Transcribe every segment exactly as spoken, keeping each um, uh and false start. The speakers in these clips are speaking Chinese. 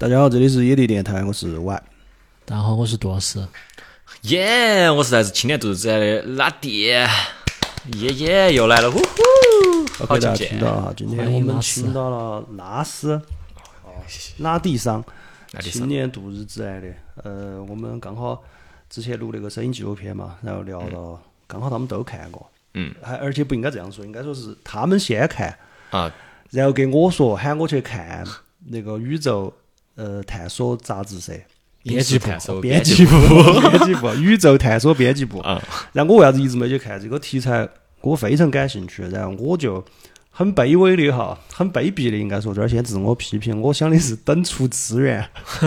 大家好，这里是野地电台，我是 Y。 大家好，我是杜老师。 耶、yeah, 我是来自青年独自在的拉蒂。耶耶，又来了，呼呼！ 好，大家听到了哈，今天我们请到了拉斯， 哦， 拉蒂桑，青年度日之来的。呃，我们刚好之前录了个声音纪录片嘛，然后聊到，刚好他们都看过， 嗯， 还而且不应该这样说，应该说是他们先看啊， 然后给我说喊我去看那个宇宙呃探索杂志社。 编辑部， 编辑部，编辑部，宇宙探索编辑部。 啊， 然后我为啥子一直没去看这个题材？我非常感兴趣，然后我就很卑微的哈，很卑鄙的应该说，这儿先自我批评。我想的是等出资源。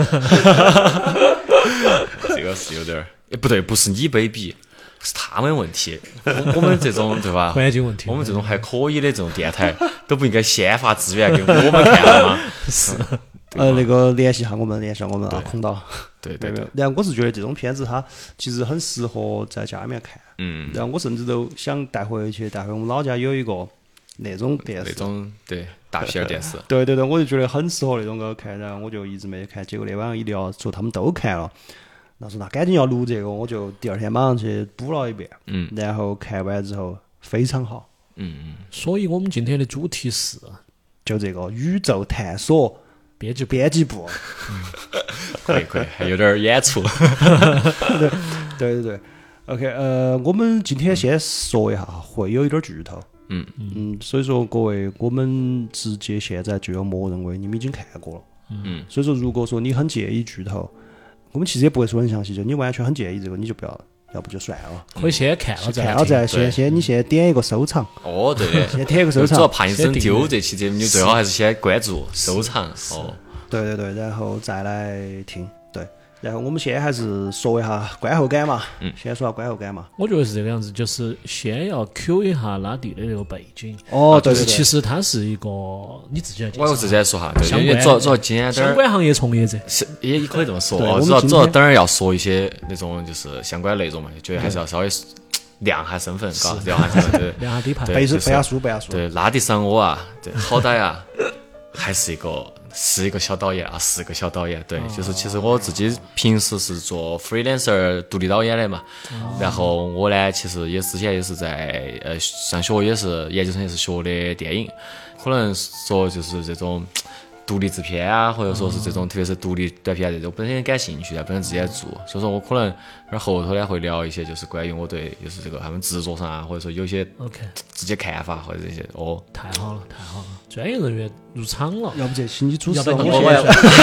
这个是有点儿，哎，不对，不是你卑鄙，是他们问题。我我们这种对吧？ 环境问题。 我们这种还可以的这种电台，都不应该先发资源给我们看了吗？ 是。 呃，那个联系下我们，联系下我们啊，孔导。 对对对。 然后我是觉得这种片子它其实很适合在家里面看。 嗯。 然后我甚至都想带回去，带回我们老家有一个那种电视。 那种对大片电视。 对对对，我就觉得很适合那种给我看，然后我就一直没看。结果那晚上一聊，说他们都看了，那说那赶紧要录这个，我就第二天马上去补了一遍。 嗯。 然后看完之后非常好。 嗯嗯。 所以我们今天的主题是就这个宇宙探索。 编辑编辑部， 嗯，可以可以，还有点演出。 对对对对 ，OK， 呃，我们今天先说一下，会有一点剧透， 嗯嗯，所以说各位，我们直接现在就要默认为你们已经看过了， 嗯， 所以说如果说你很介意剧透，我们其实也不会说很详细，就你完全很介意这个，你就不要。要不就算了， 可以先看了再看了再先先你先点一个收藏。 哦，对的， 先点一个收藏。 主要怕你整丢这期节目，你最好还是先关注收藏。哦， 对对对，然后再来听。对，然后我们先还是说一下观后感嘛。嗯。先说下观后感嘛。 我觉得是这个样子，就是先要 Q 一下拉蒂的那个背景。 哦，对对对。 其实他是一个你自己来介绍。 我自己来说哈，对，因为主要主要今天相关行业从业者， 是也可以这么说。哦，主要主要等会要说一些那种就是相关内容嘛，觉得还是要稍微亮下身份，嘎，亮下身份，对， 亮下底牌， 背背下书，背下书。 对，拉蒂桑我啊，对，好歹啊，还是一个是一个小导演啊，是个小导演。对，就是其实我自己平时是做 freelancer 独立导演的嘛，然后我呢，其实也之前也是在呃上学，也是研究生也是学的电影，可能说就是这种独立制片啊，或者说是这种特别是独立短片这种本身也感兴趣的，本身自己在做，所以说我可能而后头呢会聊一些就是关于我对就是这个他们制作上啊，或者说有些 OK 自己看法或者这些哦。 太好了，太好了，专业人员入场了。 要不这期你主持， 要不我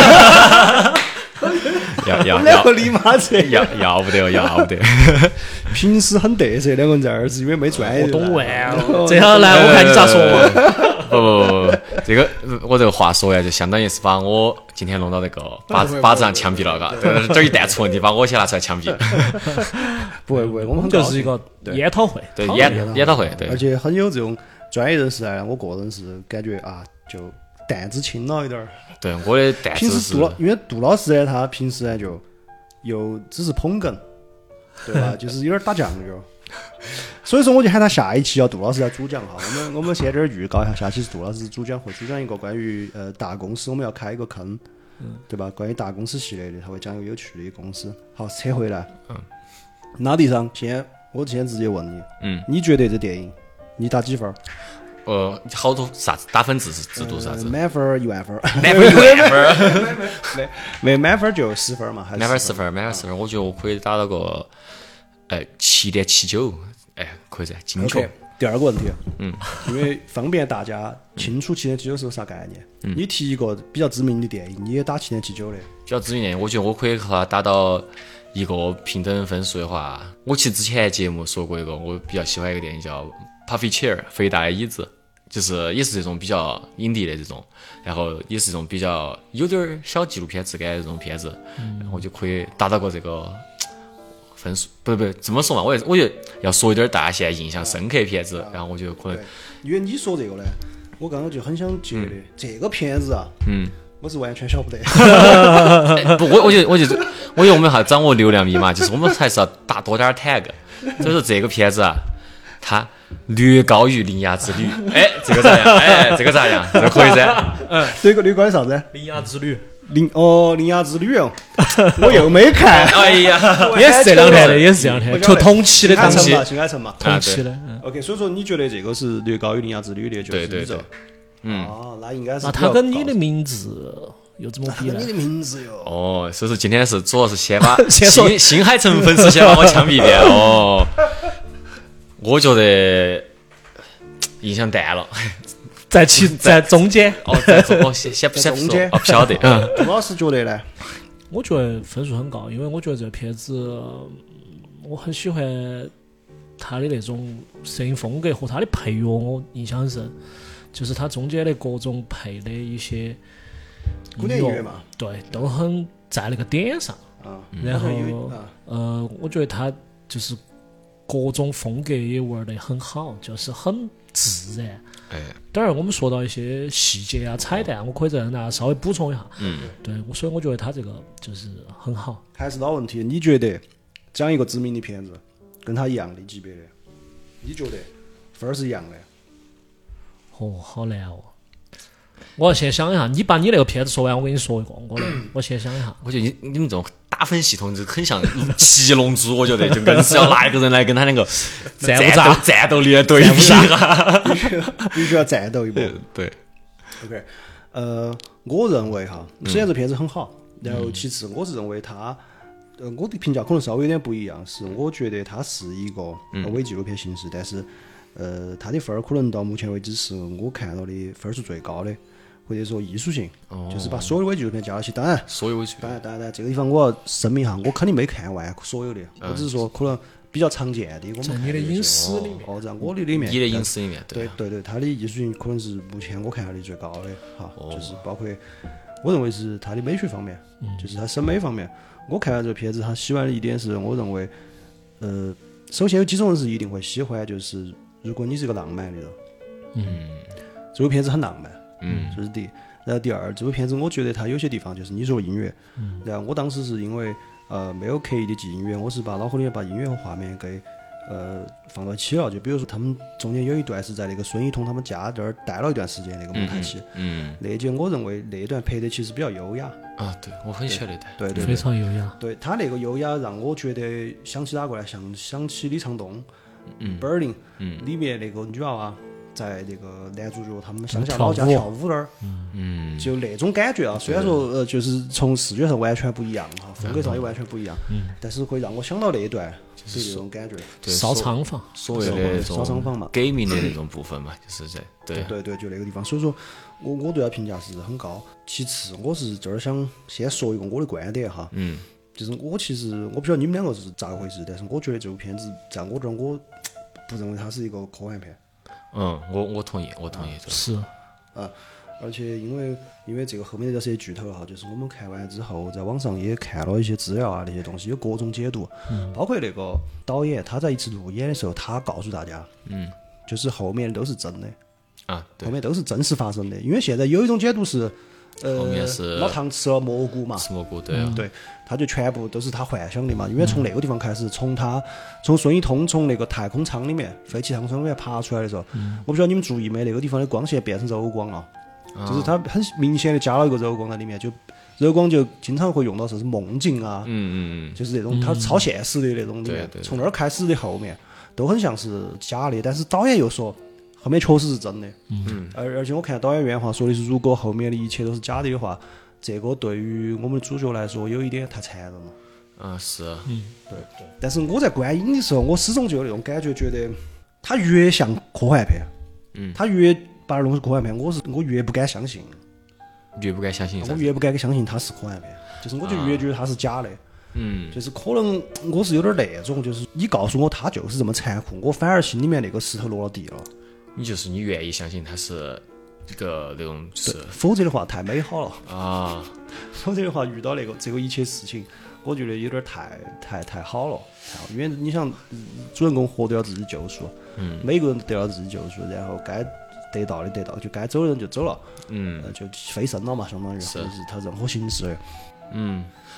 要要两个立马这要要不得要不得。 平时很得瑟两个人在儿子，因为没专业。 我懂完了，这样来我看你咋说嘛。 不不不不，这个我这个话说呀，就相当于是把我今天弄到那个靶子靶子上枪毙了，嘎。这一旦出问题，把我先拿出来枪毙。 不会不会，我们很就是一个研讨会， 对研研讨会，对， 而且很有这种专业人士来，我个人是感觉啊，就担子轻了一点儿。 对，我的担子是。 平时杜老，因为杜老师呢，他平时呢就又只是捧哏，对吧？就是有点打酱油。所以说，我就喊他下一期要杜老师来主讲哈。我们我们先这儿预告一下，下期是杜老师主讲，会主讲一个关于呃大公司，我们要开一个坑，嗯，对吧？关于大公司系列的，他会讲一个有趣的一个公司。好，扯回来， 嗯， 拉蒂上，先我先直接问你， 嗯， 你觉得这电影你打几分？ 呃，好多啥子打分制是制度啥子？ 呃、满分一万分， 满分一万分， 没没满分就十分嘛，还是满分十分，满分十分，我觉得我可以打到个哎七点七九。哎，可以噻，精确。 Okay, 第二个问题， 嗯， 因为方便大家清楚七点七九是个啥概念， 嗯， 你提一个比较知名的电影，你也打七点七九的。 比较知名的，我觉得我可以和他打到一个平等分数的话，我其实之前节目说过一个我比较喜欢一个电影叫 Puffy Chair 肥大的椅子，就是也是这种比较影帝的这种，然后也是这种比较有点小纪录片质感的这种片子，嗯，然后就可以达到过这个。分数不不这么说嘛，我也我觉得要说一点大家现在印象深刻的片子，然后我觉得可能， 因为你说这个呢，我刚刚就很想接的、嗯、这个片子啊， 嗯， 我是完全晓不得。 不，我我觉得我觉得我觉得我们还掌握流量密码，就是我们还是要打多点 tag， 所以说这个片子啊，它略高于《铃芽之旅》，哎，这个咋样？哎，这个咋样？这个可以噻。 嗯，这个略高于啥子？ 铃芽之旅。 铃哦，铃芽之旅哦，我又没看。 哎呀， 也是这两天的，也是这两天，就同期的新海东西诚嘛，，新海诚嘛。 同期的。嗯 OK，所以说你觉得这个是略高于铃芽之旅的，就是宇宙对对对。嗯， 哦，那应该是那比较高。 他跟你的名字又怎么比呢跟你？的名字哟。 哦，所以说今天是主要是先把先说新新海诚粉丝先把我枪毙掉哦。我觉得印象淡了。 在其在中间， 哦，在中哦，先先不先不说中间哦，不晓得。嗯， 杜老师觉得呢？ 我觉得分数很高，因为我觉得这个片子嗯我很喜欢他的那种摄影风格和他的配乐，我印象很深。就是他中间的各种配的一些古典音乐嘛， 对，都很在那个点上。 啊， 然后啊呃，我觉得他就是各种风格也玩得很好，就是很自然。 哎， 当然，我们说到一些细节啊、彩蛋，我可以在那稍微补充一下。 嗯， 对，所以我觉得他这个就是很好。 还是老问题，你觉得这样一个知名的片子，跟他一样的级别的，你觉得分儿是一样的？ 哦，好难哦！我要先想一下，你把你那个片子说完，我给你说一个我的。我先想一下。 我觉得你你们这种打分系统就很像七龙珠，我觉得就硬是要拿一个人来跟他那个战不战斗战斗力来对比一下。 必须要战斗一波。 对， OK，呃，我认为哈，首先这片子很好，然后其次我是认为它，呃，我的评价可能稍微有点不一样，是我觉得它是一个呃伪纪录片形式，但是呃，它的分儿可能到目前为止是我看到的分数最高的，或者说艺术性，就是把所有的伪纪录片加到起。当然， 所有委屈。 当然，当然，当然，这个地方我要声明一下，我肯定没看完所有的，我只是说可能比较常见的，我们在你的隐私里面， 哦，在我的里面， 你的隐私里面， 对对对，它的艺术性可能是目前我看到的最高的，哈，就是包括我认为是它的美学方面，就是它审美方面。我看完这个片子，他喜欢的一点是，我认为，呃，首先有几种人是一定会喜欢，就是如果你是个浪漫的人， 嗯， 这部片子很浪漫， 嗯， 这是第一。然后第二，这部片子我觉得它有些地方就是你说音乐，嗯，然后我当时是因为呃没有刻意的记音乐，我是把脑壳里面把音乐和画面给呃放到一起了。就比如说他们中间有一段是在那个孙一通他们家这儿待了一段时间，那个蒙太奇， 嗯， 那一节我认为那一段拍的其实比较优雅， 啊，对我很喜欢那段。 非对对对， 常优雅。 对他那个优雅让我觉得想起哪个呢？想想起李沧东， 嗯 ，Berlin， 嗯， 里面那个女娃娃在那个男主角他们乡下老家跳舞那儿。 嗯， 就那种感觉啊，虽然说呃，就是从视觉上完全不一样哈，风格上也完全不一样，嗯，但是会让我想到那一段，就是那种感觉。 对烧仓房， 所谓的那烧仓房嘛种给名的那种部分嘛，就是在对对对，就那个地方。所以说我我对他评价是很高。其次，我是这儿想先说一个我的观点哈， 嗯， 就是我其实我不晓得你们两个是咋个回事，但是我觉得这部片子在我这儿我不认为它是一个科幻片。 嗯，我我同意，我同意这个。 是啊，而且因为因为这个后面这些剧透哈，就是我们看完之后，在网上也看了一些资料啊，那些东西有各种解读，嗯、包括那个导演他在一次路演的时候，他告诉大家， 嗯， 就是后面都是真的， 啊，对后，面都是真实发生的。因为现在有一种解读是，呃后面是， 老唐吃了蘑菇嘛， 吃蘑菇，对啊， 对，他就全部都是他幻想的嘛。因为从那个地方开始，从他从孙一通从那个太空舱里面废弃太空舱里面爬出来的时候，我不知道你们注意没，那个地方的光线变成柔光了。就是它很明显的加了一个柔光在里面，就柔光就经常会用到啥子梦境啊， 嗯嗯就是那种它超现实的那种里面对对，对从那儿开始的后面都很像是假的，但是导演又说后面确实是真的， 嗯， 而而且我看导演原话说的是，如果后面的一切都是假的的话，这个对于我们的主角来说有一点太残忍了。 嗯，啊是， 对对。但是我在观影的时候，我始终就有那种感觉，觉得它越像科幻片， 嗯， 它越把它弄成科幻片，我是我越不敢相信。 越不敢相信啥子， 我越不敢相信它是科幻片，就是我就越觉得它是假的， 嗯， 就是可能我是有点那种，就是你告诉我它就是这么残酷，我反而心里面那个石头落了地了。 你就是你愿意相信它是一个那种就是否则的话太美好了， 啊， 否则的话遇到那个这个一切事情，我觉得有点太太太好了，太好。因为你想，主人公获得了自己救赎， 嗯， 每个人都得了自己救赎，然后该得到的得到，就该走的人就走了， 嗯呃，就飞升了嘛，相当于是就是他任何形式的。 嗯，我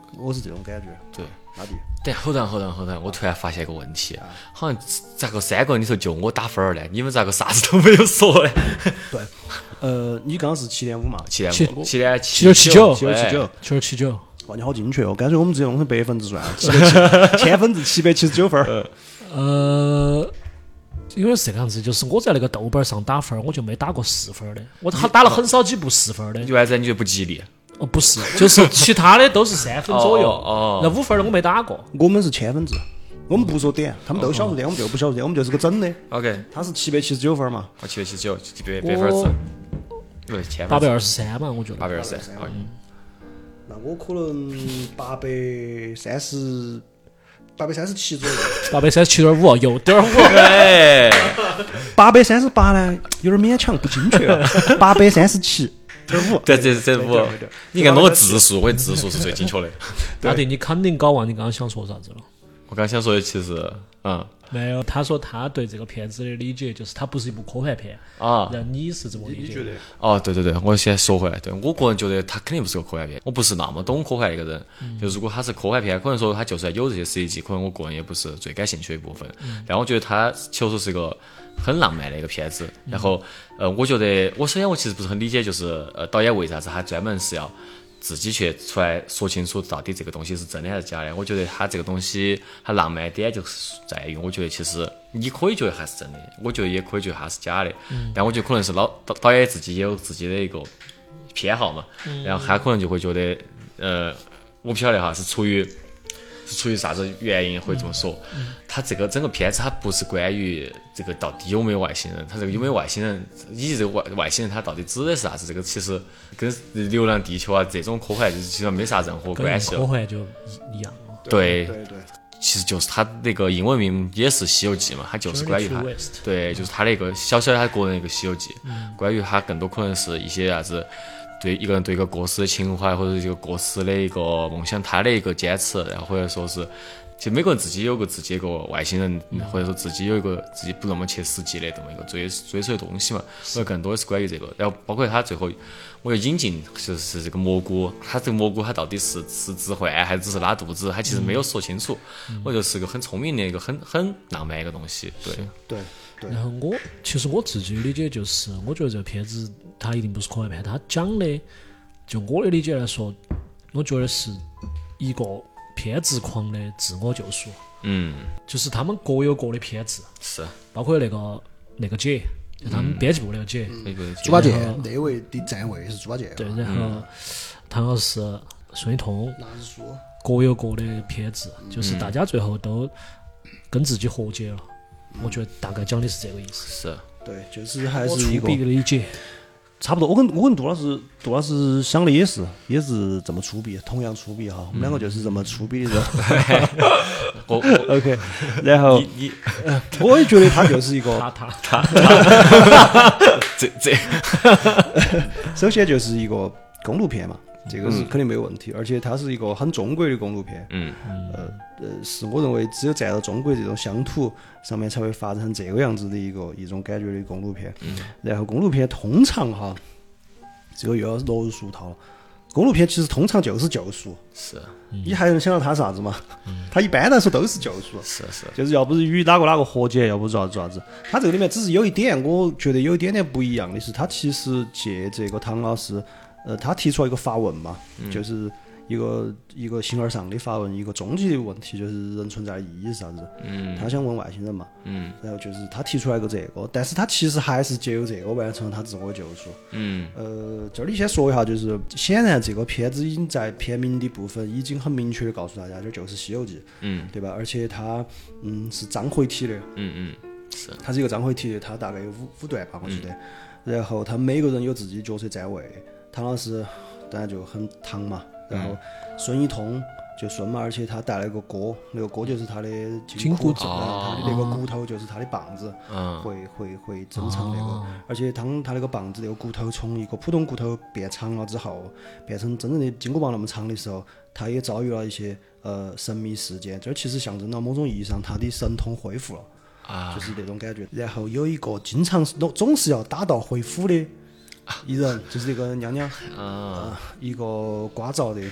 我是这种感觉。 对， 阿弟， 等后头后头后头，我突然发现一个问题，好像咋个三个人里头就我打分儿呢？你们咋个啥子都没有说呢？ 对，呃，你刚刚是七点五嘛？ 七点七五，七点七点七九， 七点七九， 七点七九。 哇，你好精确哦！干脆我们直接弄成百分制算，七百七千分之七百七十九分儿。 呃，因为是这个样子，就是我在那个豆瓣上打分儿，我就没打过四分儿的，我打了很少几部四分儿的。 就为啥你觉得不吉利？ 哦，不是，就是其他的都是三分左右， 哦哦那五分的我没打过。 我们是千分制，我们不说点，他们都小数点，我们就不小数点，我们就是个整的。 OK， 他是七百七十九分嘛， 我七百七十九，百百分制，对，千分八百二十三嘛，我觉得。 八百二十三。 那我可能八百三十，八百三十七左右。 八百三十七点五，有点五。 哎， 八百三十八呢，有点勉强，不精确啊。八百三十七点五， 对，这这五，你看弄个字数，我的字数是最精确的。 大弟，你肯定搞忘你刚刚想说啥子了？ 我刚想说的其实，嗯， 没有，他说他对这个片子的理解就是它不是一部科幻片啊。 然后你是这么理解的？ 哦，对对对，我先说回来，对我个人觉得他肯定不是个科幻片，我不是那么懂科幻的一个人。嗯、就如果他是科幻片，可能说他就算有这些设计，可能我个人也不是最感兴趣的一部分。嗯、但我觉得他确实是一个很浪漫的一个片子。嗯、然后，呃，我觉得我首先我其实不是很理解，就是呃导演为啥子他专门是要自己去出来说清楚到底这个东西是真的还是假的。我觉得他这个东西他浪漫点就是在于，我觉得其实你可以觉得它是真的，我觉得也可以觉得它是假的。嗯、但我觉得可能是老导导演自己也有自己的一个偏好嘛。嗯、然后他可能就会觉得，呃，我不晓得哈，是出于是出于啥子原因会这么说。嗯、他这个整个片子它不是关于这个到底有没有外星人，他这个有没有外星人以及这个外外星人他到底指的是啥子，这个其实跟《流浪地球》啊这种科幻就是其实没啥任何关系了。 科幻就一样了。 对对对。 其实就是他那个英文名也是《西游记》嘛，它就是关于他，对，就是他的一个小小的他个人一个《西游记》，嗯、关于他更多可能是一些啥子对一个人对一个过失的情怀，或者一个过失的一个梦想，他的一个坚持，然后或者说是，其实每个人自己有个自己一个外星人，嗯、或者说自己有一个自己不那么切实际的这么一个追追随的东西嘛，所以更多的是关于这个，然后包括他最后。我又引进是是这个蘑菇，它这个蘑菇它到底是是置换还是只是拉肚子，它其实没有说清楚。嗯、我觉得是个很聪明的一个很很浪漫一个东西。对对对。 然后我其实我自己的理解就是，我觉得这个片子它一定不是科幻片，它讲的就我的理解来说，我觉得是一个偏执狂的自我救赎。 嗯， 就是他们各有各的偏执， 是包括那个那个姐。就他们编辑部那个姐， 猪八戒那位的站位是猪八戒， 对，然后唐老师、孙一通， 那是说各有各的偏执，就是大家最后都跟自己和解了。我觉得大概讲的是这个意思。 是， 对，就是还是一个理解。 差不多，我跟我跟杜老师，杜老师想的也是，也是这么粗鄙，同样粗鄙哈，我们两个就是这么粗鄙的人。 我 OK， 然后你你， 我也觉得他就是一个他他他， 这这， 首先就是一个公路片嘛，这个是肯定没有问题，而且它是一个很中国的公路片。 嗯， 呃呃，是我认为只有站到中国这种乡土上面才会发展成这个样子的一个一种感觉的公路片。 嗯， 然后公路片通常哈，这个又要落入俗套了。公路片其实通常就是救赎， 是， 嗯、你还能想到它啥子吗？嗯、它一般来说都是救赎， 是是， 就是要不是与哪个哪个和解，要不啥子啥子。它这个里面只是有一点，我觉得有一点点不一样的是，它其实借这个唐老师，呃，他提出了一个发问嘛，嗯、就是一个一个形而上的发问，一个终极的问题，就是人存在的意义是啥子？ 嗯， 他想问外星人嘛， 嗯， 然后就是他提出来一个这个，但是他其实还是借由这个完成他自我救赎。 嗯， 呃，这里先说一下，就是显然这个片子已经在片名的部分已经很明确的告诉大家，这就是《西游记》， 嗯， 对吧？而且它嗯是章回体的， 嗯嗯，是， 它是一个章回体的，它大概有五五段吧，我记得。嗯、然后他每个人有自己角色站位，唐老师当然就很唐嘛。然后孙一通就孙嘛，而且他带了一个锅，那个锅就是他的筋骨，他的那个骨头就是他的棒子， 嗯、 会会会增长那个。哦、而且当他那个棒子那个骨头从一个普通骨头变长了之后，变成真正的金箍棒那么长的时候，他也遭遇了一些呃神秘事件，这其实象征了某种意义上他的神通恢复了， 啊、 就是那种感觉。然后有一个经常总是要打道回府的一人，就是这个娘娘， 啊、 呃，一个刮噪的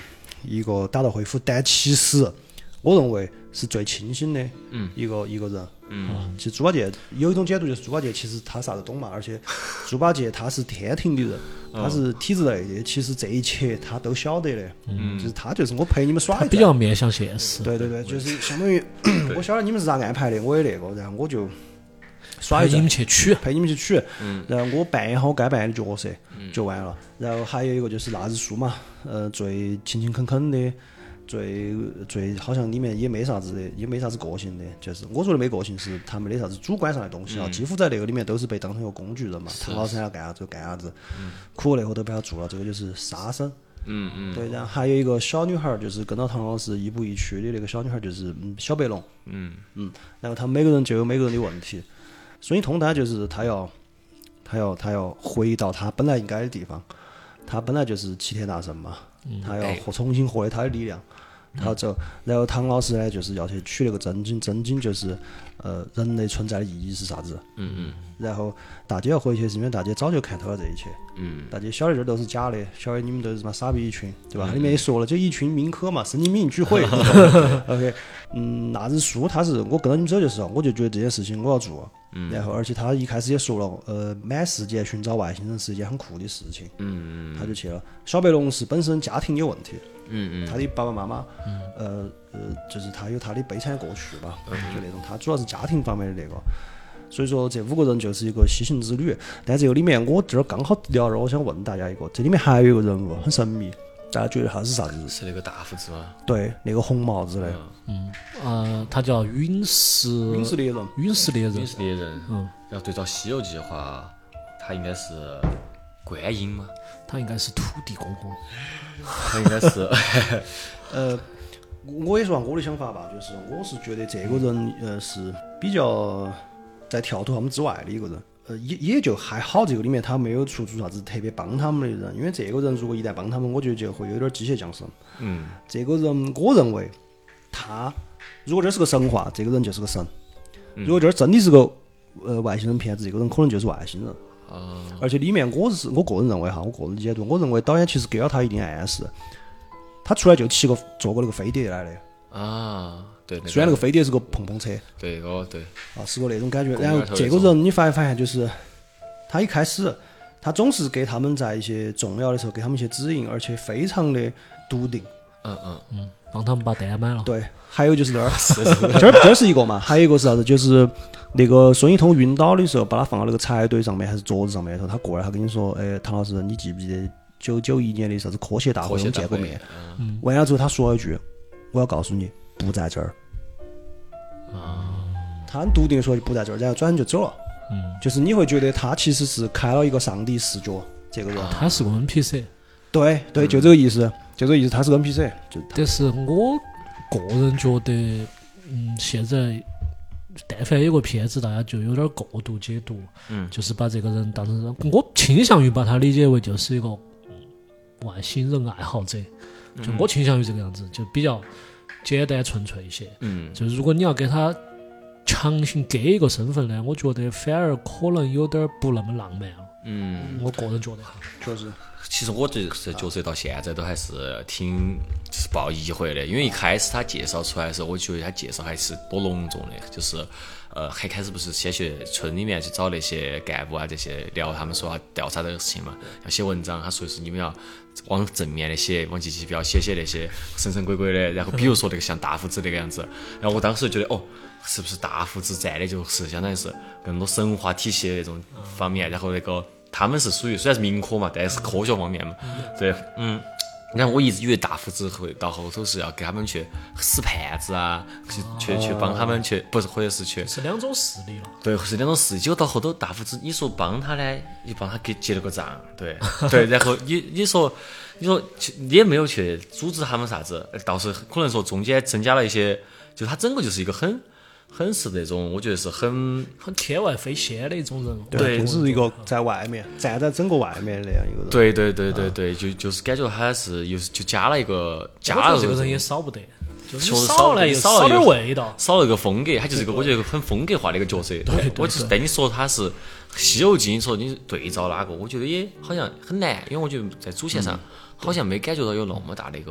一个打道回府，但其实我认为是最清醒的一个、嗯、一个人。嗯，其实猪八戒有一种解读就是猪八戒其实他啥都懂嘛，而且猪八戒他是天庭的人，他是体制内的，其实这一切他都晓得的。嗯，就是他就是我陪你们耍一段， 比较面向现实。 对对对，就是相当于我晓得你们是咋安排的，我也那个，然后我就耍一陪你们去取， 陪你们去取，嗯，然后我扮演好该扮演的角色就完了。然后还有一个就是腊日书嘛，呃，最勤勤恳恳的。最最好像里面也没啥子的，也没啥子个性的，就是我说的没个性是他没得啥子主观上的东西啊，嗯、几乎在那个里面都是被当成一个工具人嘛。唐老师要干啥子就干啥子，嗯、苦了以后都被他做了，这个就是杀生。嗯嗯。对，然后还有一个小女孩，就是跟到唐老师一步一趋的那个小女孩，就是嗯小白龙。嗯嗯。然后他们每个人就有每个人的问题，孙一通他就是他要他要他要回到他本来应该的地方，他本来就是齐天大圣嘛。他要重新获得他的力量，他要走。然后唐老师呢，就是要去取那个真经，真经就是呃人类存在的意义是啥子。嗯嗯。然后大姐要回去，是因为大姐早就看透了这一切。嗯。大姐晓得这都是假的，晓得你们都是什么傻逼一群，对吧？嗯、里面也说了，就一群民科嘛，神经病聚会。OK， 嗯，那日书他是我跟着你们走就是，我就觉得这件事情我要做。嗯、然后，而且他一开始也说了，呃，满世界寻找外星人是一件很酷的事情。嗯他就去了。小白龙是本身家庭有问题。嗯嗯。他的爸爸妈妈，嗯、呃呃，就是他有他的悲惨的过去吧，嗯、就那种，他主要是家庭方面的那个。所以说，这五个人就是一个西行之旅。但这个里面，我这儿刚好聊着，我想问大家一个，这里面还有一个人物很神秘，大家觉得他是啥子？ 是那个大胡子吗？ 对，那个红帽子的。 嗯，呃，他叫陨石。 陨石猎人。 陨石猎人。 陨石猎人。嗯。要对照《西游记》的话，他应该是观音吗？ 他应该是土地公公。 他应该是。 呃，我也说我的想法吧，就是我是觉得这个人呃是比较在跳脱他们之外的一个人。呃，也也就还好，这个里面他没有出出啥子特别帮他们的人，因为这个人如果一旦帮他们，我觉得就会有点机械降生。嗯，这个人我认为，他如果这是个神话，这个人就是个神；如果这真的是个呃外星人片子，这个人可能就是外星人。啊、嗯，而且里面我是我个人认为哈，我个人解读，我认为导演其实给了他一定暗示，他出来就骑个坐过那个飞碟来的。啊。对，虽然那个飞碟是个碰碰车， 对哦对， 啊是个那种感觉。然后这个人你发没发现，就是他一开始他总是给他们在一些重要的时候给他们一些指引，而且非常的笃定。 嗯嗯嗯，帮他们把单买了。 对，还有就是那儿这儿这儿是一个嘛，还有一个是啥子？就是那个孙一通晕倒的时候，把他放到那个柴堆上面还是桌子上面的时候，他过来他跟你说：“哎，唐老师，你记不记得九九一年的啥子科学大会我们见过面？”嗯，完了之后他说了一句：“我要告诉你。”不在这儿啊！他很笃定说不在这儿，然后转身就走了。嗯，就是你会觉得他其实是开了一个上帝视角，这个人他是个 N P C。 对对，就这个意思，就这个意思，他是个 N P C。就但是我个人觉得，嗯，现在但凡有个片子，大家就有点过度解读，嗯，就是把这个人当成人，我倾向于把他理解为就是一个外星人爱好者。就我倾向于这个样子，就比较简单纯粹一些。嗯，就如果你要给他强行给一个身份呢，我觉得反而可能有点不那么浪漫了。嗯，我个人觉得哈， 确实。 其实我对这角色到现在都还是挺就是抱疑惑的，因为一开始他介绍出来的时候，我觉得他介绍还是多隆重的，就是呃，还开始不是先去村里面去找那些干部啊这些聊，他们说要调查这个事情嘛，要写文章，他说是你们要往正面的写，往积极不要写写那些神神鬼鬼的，然后比如说那个像大胡子那个样子，然后我当时就觉得哦，是不是大胡子在的就是相当于是更多神话体系的那种方面，然后那个。他们是属于虽然是民科嘛，但是科学方面嘛，对，嗯。然后我一直以为大胡子会到后头是要给他们去使绊子啊，去去去帮他们去，不是或者是去是两种势力了。 对，是两种势力。结果到后头大胡子，你说帮他呢，你帮他给结了个账，对对。然后你你说你说你也没有去阻止他们啥子，倒是可能说中间增加了一些，就他整个就是一个很。很是那种，我觉得是很很天外飞仙的一种人， 对，就是一个在外面站在整个外面的那样一个人。 对对对对对，就就是感觉他是又就加了一个加了这个人也少不得，就是少了少点味道， 少了一个风格，他就是一个我觉得很风格化的一个角色。 对， 我就是但你说他是《西游记》，你说你对照哪个，我觉得也好像很难，因为我觉得在主线上好像没感觉到有那么大的一个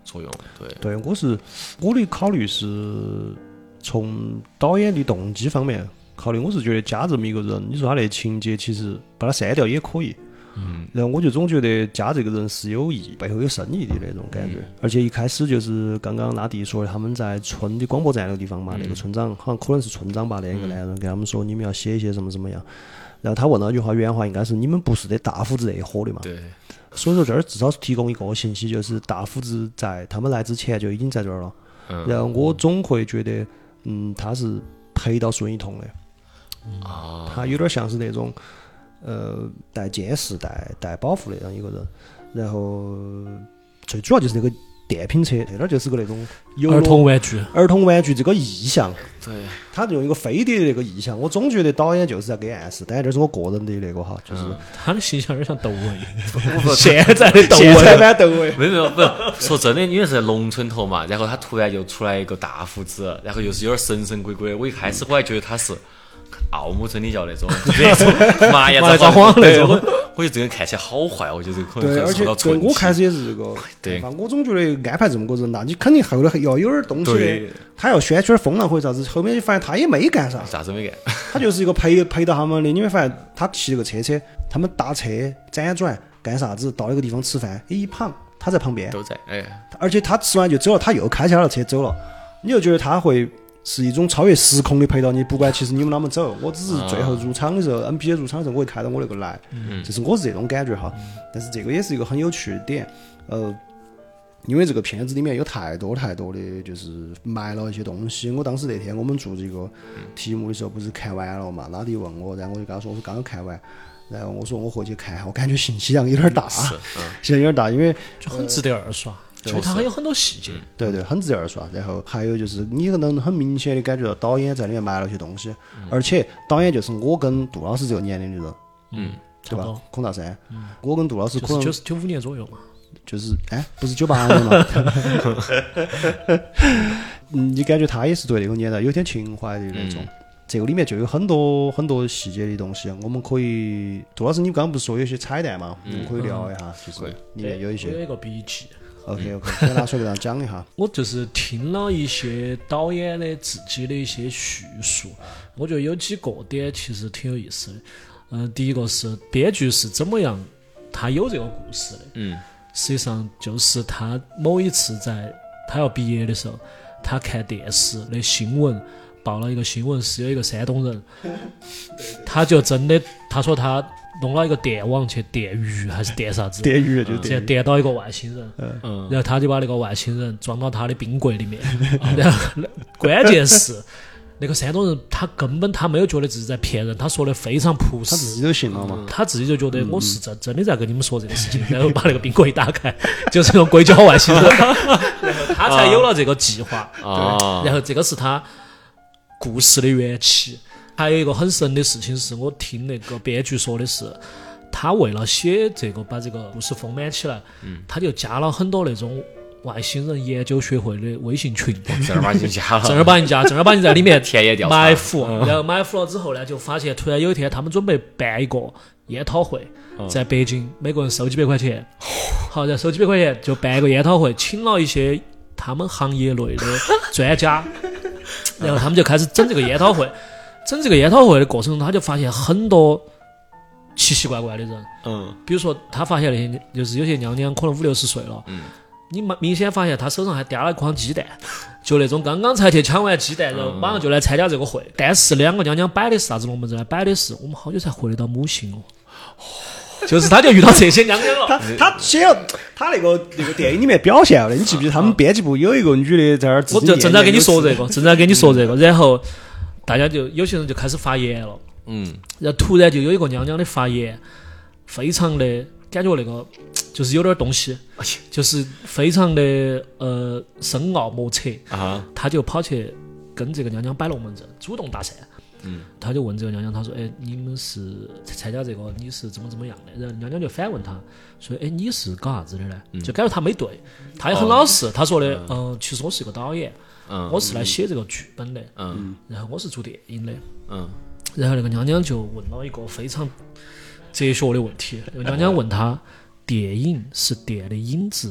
作用。对， 对，我是我的考虑是从导演的动机方面考虑，我是觉得加这么一个人，你说他的情节其实把它删掉也可以。嗯，然后我就总觉得加这个人是有意，背后有深意的那种感觉。嗯、而且一开始就是刚刚拉蒂说的，他们在村的广播站那个地方嘛，嗯、那个村长好像可能是村长吧，那个男人跟他们说你们要写一些什么什么样。然后他问了一句话，原话应该是你们不是得大胡子热火的嘛？ 对。 所以说这儿至少是提供一个信息，就是大胡子在他们来之前就已经在这儿了。嗯、然后我总会觉得，嗯，他是陪到孙一通的。啊、嗯。他有点像是那种。呃，带监视、带带保护的这样一个人，然后最主要就是那个电瓶车，那点就是个那种儿童玩具， 儿童玩具这个意象， 对， 他用一个飞碟的那个意象，我总觉得导演就是在给暗示，但这是我个人的那个哈，就是、嗯、 他的形象有点像窦唯，现在的窦唯， 现在版窦唯， 没有没有，不是说真的，因为是在农村头嘛，然后他突然就出来一个大胡子，然后又是有点神神鬼鬼的，我一开始我还觉得他是。奥姆真理教那种，那种麻叶撒谎那种， 我觉得这个看起来好坏，我觉得可能对，而且对我开始也是这个， 对， 我总觉得安排这么个人，那你肯定后头要有点东西的，他要宣传风浪或者啥子，后面就发现他也没干啥， 啥子没干， 他就是一个陪陪到他们的，你会发现他骑了个车车，他们搭车辗转干啥子，到那个地方吃饭，一旁他在旁边都在，哎， 而且他吃完就走了，他又开下了车走了，你就觉得他会。是一种超越时空的陪到你，不管其实你们啷么走，我只是最后入场的时候、啊、N B A 入场的时候，我会看到我那个来，嗯、就是我是这种感觉哈。但是这个也是一个很有趣的点，呃，因为这个片子里面有太多太多的，就是埋了一些东西。我当时那天我们做这个题目的时候，不是看完了嘛？拉蒂问我，然后我就跟他说，我说刚刚看完。然后我说我回去看，我感觉信息量有点大，信息量有点大，因为就很值得二刷。因为它还有很多细节， 对对，很值得二刷。然后还有就是，你能很明显的感觉到导演在里面埋了一些东西，嗯、而且导演就是我跟杜老师这个年龄的人， 嗯， 对吧？孔大山，嗯、我跟杜老师可能九九五年左右嘛， 就是哎，不是九八年嘛？嗯，你感觉他也是对那个年代有点情怀的那种。嗯这个里面就有很多很多细节的东西，我们可以，杜老师，你刚刚不是说有些彩蛋嘛？嗯、我们可以聊一下，其实里面有一些。 我有一个笔记。 OK OK，先拿出来给大家讲一下。 我就是听了一些导演的自己的一些叙述，我觉得有几个点其实挺有意思的。嗯、呃，第一个是编剧是怎么样，他有这个故事的。 嗯， 实际上就是他某一次在他要毕业的时候，他看电视的新闻。报了一个新闻，是有一个山东人，他就真的，他说他弄了一个电网去电鱼还是电啥子？ 电鱼就电电到一个外星人，嗯，然后他就把那个外星人装到他的冰柜里面，然后关键是那个山东人他根本他没有觉得自己在骗人，他说的非常朴实， 他自己就信了嘛， 他自己就觉得我是真真的在跟你们说这个事情，然后把那个冰柜一打开，就是个硅胶外星人，然后他才有了这个计划，对，然后这个是他。故事的缘起，还有一个很神的事情是我听那个编剧说的是，他为了写这个把这个故事丰满起来，嗯，他就加了很多那种外星人研究学会的微信群， 正儿八经加了， 正儿八经加，正儿八经在里面田野调查埋伏，然后埋伏了之后呢，就发现突然有一天他们准备办一个研讨会，在北京，每个人收几百块钱，好，然后收几百块钱就办一个研讨会，请了一些他们行业内的专家。然后他们就开始整这个研讨会，整这个研讨会的过程中，他就发现很多奇奇怪怪的人， 嗯， 比如说他发现那些就是有些娘娘可能五六十岁了， 嗯， 你明显发现他手上还叼了一筐鸡蛋，就那种刚刚才去抢完鸡蛋，然后马上就来参加这个会，但是两个娘娘摆的是啥子龙门阵呢？摆的是我们好久才回得到母性哦。就是他就遇到这些娘娘了， 他他写了他那个那个电影里面表现了，你记不记得他们编辑部有一个女的在那儿自己念， 我就正在跟你说这个，正在跟你说这个，然后大家就有些人就开始发言了， 嗯， 然后突然就有一个娘娘的发言，非常的感觉那个就是有点东西，就是非常的呃深奥莫测啊， 他就跑去跟这个娘娘摆龙门阵，主动搭讪。 嗯， 他就问这个娘娘，他说：“哎，你们是参加这个，你是怎么怎么样的？”然后娘娘就反问他说：“哎，你是搞啥子的呢？”就感觉他没对，他也很老实。他说的：“嗯、呃，其实我是一个导演， 嗯、 我是来写这个剧本的， 嗯， 然后我是做电影的， 嗯。” 然后那个娘娘就问了一个非常哲学的问题。那个娘娘问他：“电影是电的影子，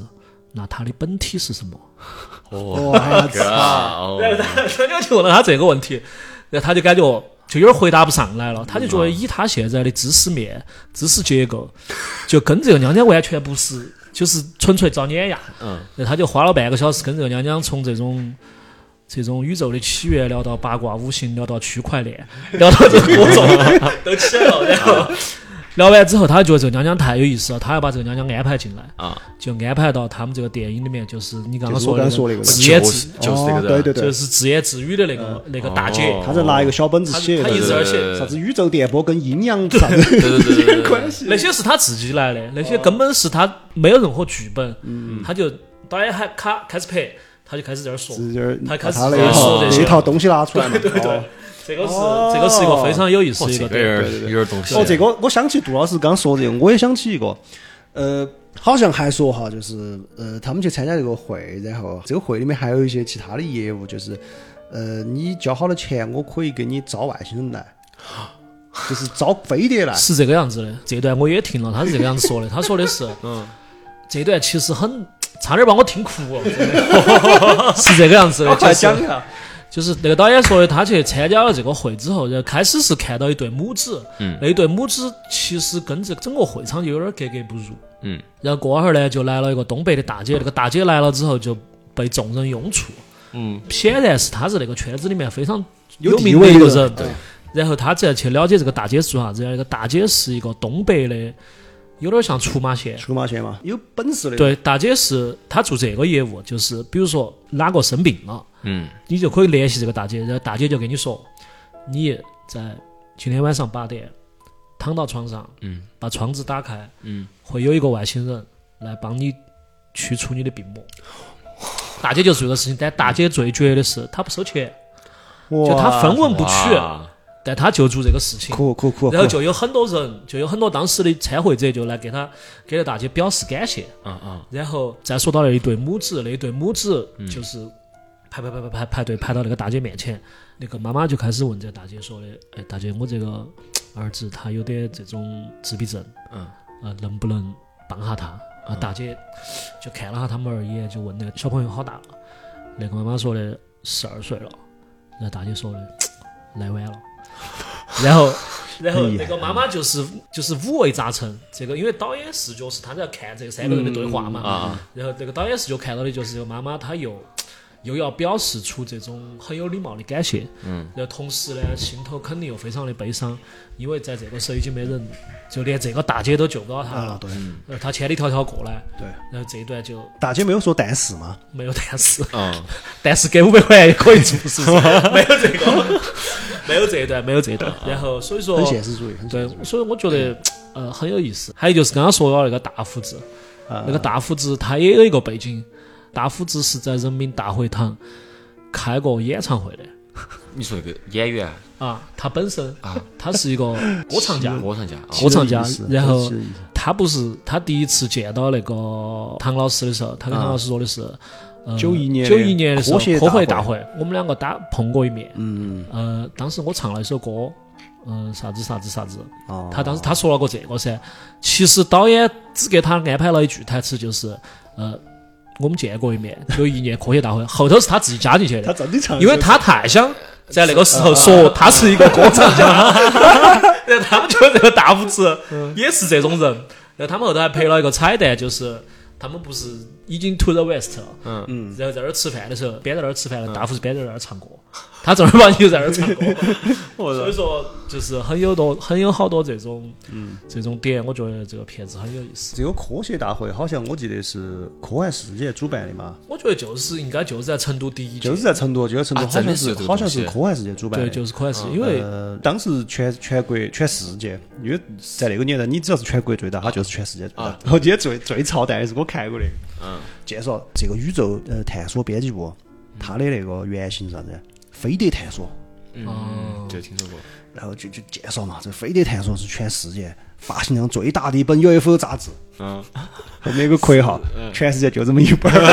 那它的本体是什么？ 哦， 哇，还要哥啊， 然后他就问了他这个问题，然后他就感觉就有点回答不上来了，他就觉得以他现在的知识面、知识结构，就跟这个娘娘完全不是，就是纯粹找碾压。 嗯， 然后他就花了半个小时跟这个娘娘从这种这种宇宙的起源聊到八卦五行，聊到区块链，聊到这各种都起来了，然后。聊完之后，他觉得这个娘娘太有意思了，他要把这个娘娘安排进来， 啊， 就安排到他们这个电影里面，就是你刚刚说的那个自言自就是这个人， 对对对， 就是自言自语的那个那个大姐， 他在拿一个小本子写， 他一直在写啥子宇宙电波跟阴阳啥子对对关系， 那些是他自己来的，那些根本是他没有任何剧本，他就导演还卡开始拍，他就开始在这儿说，他开始他那一套那一套东西拿出来嘛， 对对。这个是、哦、这个是一个非常有意思的一个点， 有点有点东西。 哦，这个我想起杜老师刚说这个，我也想起一个，呃，好像还说哈，就是呃，他们去参加这个会，然后这个会里面还有一些其他的业务，就是呃，你交好了钱，我可以给你招外星人来，就是招飞碟来。 是这个样子的，这段我也听了，他是这个样子说的，他说的是，嗯，这段其实很差点把我听哭了，是这个样子的， 快讲一下。 就是那个导演说的，他去参加了这个会之后，然后开始是看到一对母子，嗯，那一对母子其实跟这整个会场就有点格格不入， 嗯， 然后过会儿呢就来了一个东北的大姐，那个大姐来了之后就被众人拥簇，嗯，显然是他是那个圈子里面非常有名的一个人，对。然后他再去了解这个大姐是做啥子，那个大姐是一个东北的。有点像出马线， 出马线嘛，有本事的。 对，大姐是她做这个业务，就是比如说哪个生病了， 嗯， 你就可以联系这个大姐，然后大姐就跟你说，你在今天晚上八点躺到床上，嗯，把窗子打开，嗯，会有一个外星人来帮你去除你的病魔。大姐就做这个事情，但大姐最绝的是她不收钱，就她分文不取。但他就做这个事情， 酷酷酷， 然后就有很多人，就有很多当时的参会者就来给他给了大姐表示感谢， 嗯嗯， 然后再说到那一对母子，那一对母子就是排排排排排排队排到那个大姐面前，那个妈妈就开始问这个大姐说的，哎，大姐，我这个儿子他有点这种自闭症，嗯，呃，能不能帮下他？啊，大姐就看了下他们儿一眼，就问那个小朋友好大了，那个妈妈说的十二岁了，然后大姐说的来晚了。然后，然后那个妈妈就是就是五味杂陈。这个因为导演视觉是他在看这三个人的对话嘛， 嗯啊、 然后这个导演视觉看到的就是这个妈妈，她又又要表示出这种很有礼貌的感谢，嗯，然后同时呢，心头肯定又非常的悲伤，因为在这个时候已经没人，就连这个大姐都救不到她了，啊、 对， 呃，她千里迢迢过来， 对， 然后这一段就大姐没有说但是吗？ 没有但是， 嗯， 但是给五百块钱也可以做，是不是？没有这个。没有这一段，没有这一段，然后所以说很现实主义， 对，所以我觉得呃很有意思。还有就是刚刚说到那个大胡子， 啊、 那个大胡子他也有一个背景，大胡子是在人民大会堂开过演唱会的。 你说那个演员啊，他本身啊，他是一个歌唱家， 歌唱家， 歌唱家。然后他不是他第一次见到那个唐老师的时候，他跟唐老师说的是。 九一年， 九一年的时候，科会大会， 我们两个打碰过一面。 嗯， 呃，当时我唱了一首歌，嗯、呃，啥子啥子啥子。 哦， 他当时他说了过这个噻。其实导演只给他安排了一句台词，就是呃，我们见过一面，九一年科学大会，后头是他自己加进去的。 他真的唱， 因为他太想在那个时候说他是一个歌唱家，然后他们觉得这个大胡子也是这种人，然后他们后头还配了一个彩蛋，就是。他们不是已经 to the west 了，嗯嗯，然后在那儿吃饭的时候，边在那儿吃饭的大胡子边在那儿唱歌，他正儿八经就在那儿唱歌，所以说就是很有多很有好多这种嗯这种点，我觉得这个片子很有意思。 这个科学大会好像我记得是科幻世界主办的嘛， 我觉得就是应该就是在成都第一届， 就是在成都，就在成都，好像是、 啊、 好像是科幻世界主办的， 对，就是科幻世界，因为、 呃、当时全全国全世界，因为在那个年代，你只要是全国最大，它就是全世界最大。 啊、 我记得最最操蛋的是我看过的， 嗯， 介绍这个宇宙呃探索编辑部，它的那个原型是啥子？飞碟探索。 嗯，就听说过。 然后就就介绍嘛，这飞碟探索是全世界发行量最大的一本 U F O 杂志。嗯，后面有个括号，嗯、全世界就这么一本。U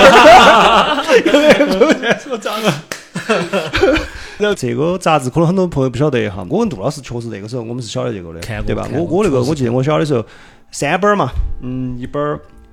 F O 探索杂志。然后这个杂志可能很多朋友不晓得哈，我跟杜老师确实那个时候我们是晓得这个的，对吧？我我那个我记得我小的时候三本嘛，嗯，一本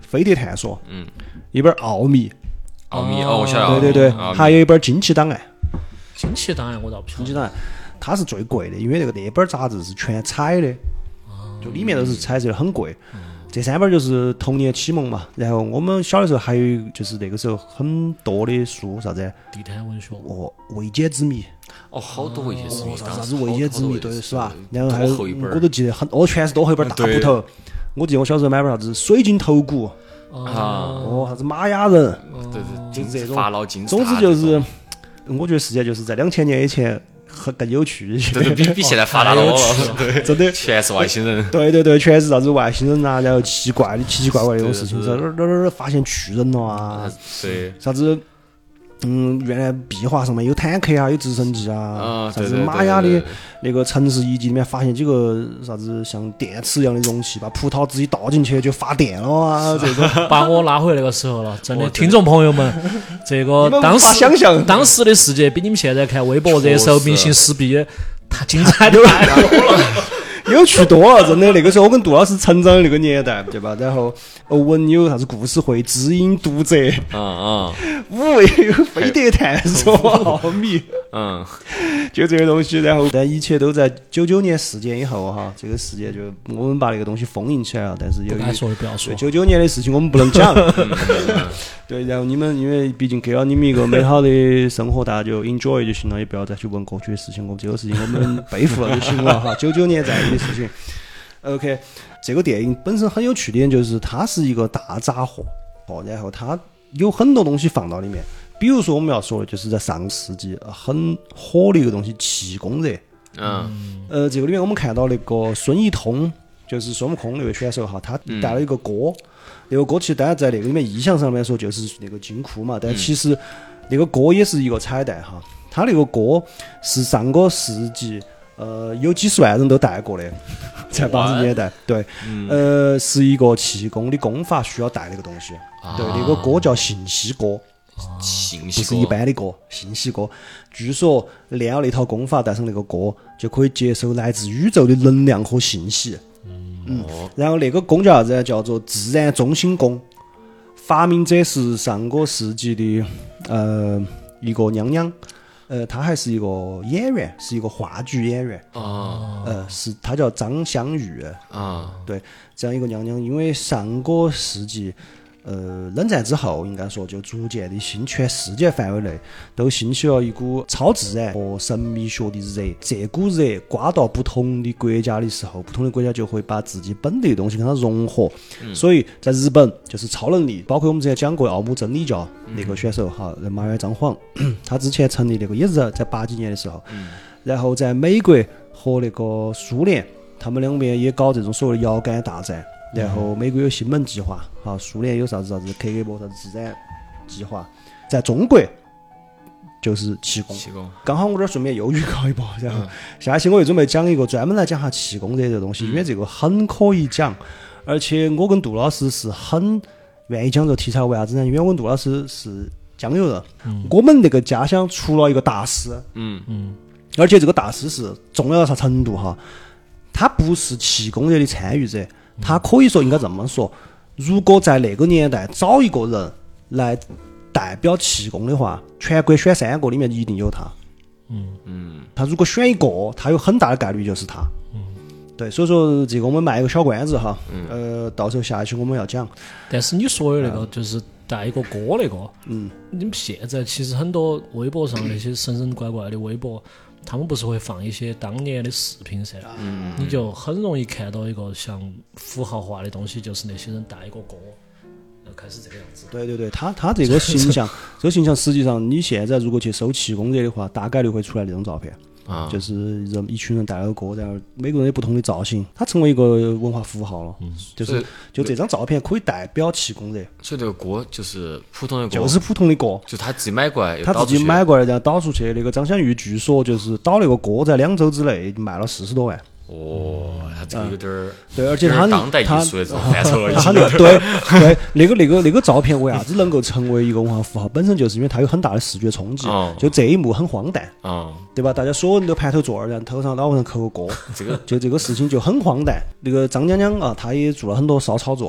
飞碟探索， 嗯， 一本奥秘， 奥秘哦，我晓得， 对对对， 奥秘还有一本惊奇档案， 惊奇档案我倒不晓得。 惊奇档案它是最贵的，因为那个那本杂志是全彩的，就里面都是彩色的，很贵。这三本就是童年启蒙嘛，然后我们小的时候还有就是那个时候很多的书，啥子？ 地摊文学。 哦，未解之谜。 哦，好多未解之谜， 哦，啥啥子未解之谜，对，是吧？然后还有， 多厚一本我都记得很，哦，全是多厚一本大部头。我记得我小时候买本啥子水晶头骨， 啊， 哦，啥子玛雅人， 对对， 就是这种法老金字总塔之就是，我觉得世界就是在两千年以前很更有趣一些， 对对，比比现在发达多了，对， 真的全是外星人， 对对对，全是啥子外星人啊，然后奇怪的奇奇怪怪的那种事情，这哪哪哪发现巨人了啊， 对， 啥子。嗯，原来壁画上面有坦克啊，有直升机啊，啥子玛雅的那个城市遗迹里面发现几个啥子像电池一样的容器，把葡萄自己倒进去就发电了啊，这种把我拉回那个时候了，真的，听众朋友们，这个当时想象当时的世界比你们现在看微博热搜、明星撕逼，它精彩的太多了。 有趣多了，真的。那个时候我跟杜老师成长的那个年代，对吧？然后欧文有啥子故事会、知音、读者， 嗯嗯， 五位有飞碟探索、奥秘， 嗯， 就这些东西。然后，但一切都在九九年事件以后哈，这个世界就我们把那个东西封印起来了。但是由于不该说的不要说， 九九年的事情我们不能讲。对，然后你们因为毕竟给了你们一个美好的生活，大家就 enjoy 就行了，也不要再去问过去的事情。我这个事情我们背负了就行了哈。九九年在意的事情。OK， 这个电影本身很有趣的点就是它是一个大杂烩哦，然后它有很多东西放到里面。比如说我们要说的就是在上世纪很火的一个东西气功热。 嗯， 呃，这个里面我们看到那个孙一通，就是孙悟空那位选手哈，他带了一个锅。那个锅其实当然在那个里面意象上面说就是那个金库嘛，但其实那个锅也是一个彩蛋哈。他那个锅是上个世纪呃有几十万人都带过的，在八十年代，对，呃是一个气功的功法需要带那个东西，对，那个锅叫信息锅。 信息不是一般的锅，信息锅。据说练了那套功法，带上那个锅，就可以接受来自宇宙的能量和信息。嗯，然后那个功叫啥子？叫做自然中心功。发明者是上个世纪的呃一个娘娘，呃，她还是一个演员，是一个话剧演员。 哦， 呃，是她叫张香玉。 啊， 对，这样一个娘娘，因为上个世纪。呃，冷战之后，应该说就逐渐的兴，全世界范围内都兴起了一股超自然和神秘学的热。这股热刮到不同的国家的时候，不同的国家就会把自己本地的东西跟它融合。嗯、所以在日本就是超能力，包括我们之前讲过奥姆真理教那个选手哈，马原张晃，他之前成立那个也是在八几年的时候。嗯、然后在美国和那个苏联，他们两边也搞这种所谓的遥感大战。然后美国有星门计划，哈，苏联有啥子啥子 K G B 啥子自然计划，在中国就是气功。 气功。 刚好我这儿顺便又预告一波，然后下一期我又准备讲一个专门来讲下气功这个东西，因为这个很可以讲，而且我跟杜老师是很愿意讲这个题材。为啥子呢？因为我跟杜老师是江油人，嗯、我们那个家乡出了一个大师， 嗯嗯， 而且这个大师是重要到啥程度哈？他不是气功热的参与者。他可以说应该这么说，如果在那个年代找一个人来代表气功的话，全国选三个里面一定有他。嗯嗯，他如果选一个，他有很大的概率就是他。嗯，对，所以说这个我们卖一个小关子哈。嗯。呃，到时候下一期我们要讲。 但是你说的那个就是带一个锅那个，嗯，你们现在其实很多微博上那些神神怪怪的微博。他们不是会放一些当年的视频噻，嗯、你就很容易看到一个像符号化的东西，就是那些人带一个锅，然后开始这个样子。 对对对，他他这个形象，这个形象实际上你现在如果去搜气功热的话，大概率会出来那种照片。啊，就是人一群人带了个锅，然后每个人有不同的造型，它成为一个文化符号了。嗯，就是就这张照片可以代表气功热。 所以这个锅就是普通的锅， 就是普通的锅， 就他自己买过来， 他自己买过来然后倒出去。那个张香玉据说就是倒那个锅在两周之内卖了四十多万。 哦，他这个有点儿、 嗯、对，而且他当代艺术的这种范畴了已经。 对对，那个那个那个照片为啥子能够成为一个文化符号？本身就是因为它有很大的视觉冲击，哦、就这一幕很荒诞，哦、对吧？大家所有人都盘头坐儿，然后头上脑上扣个锅， 这个就这个事情就很荒诞。那个张娘娘啊，她也做了很多骚操作。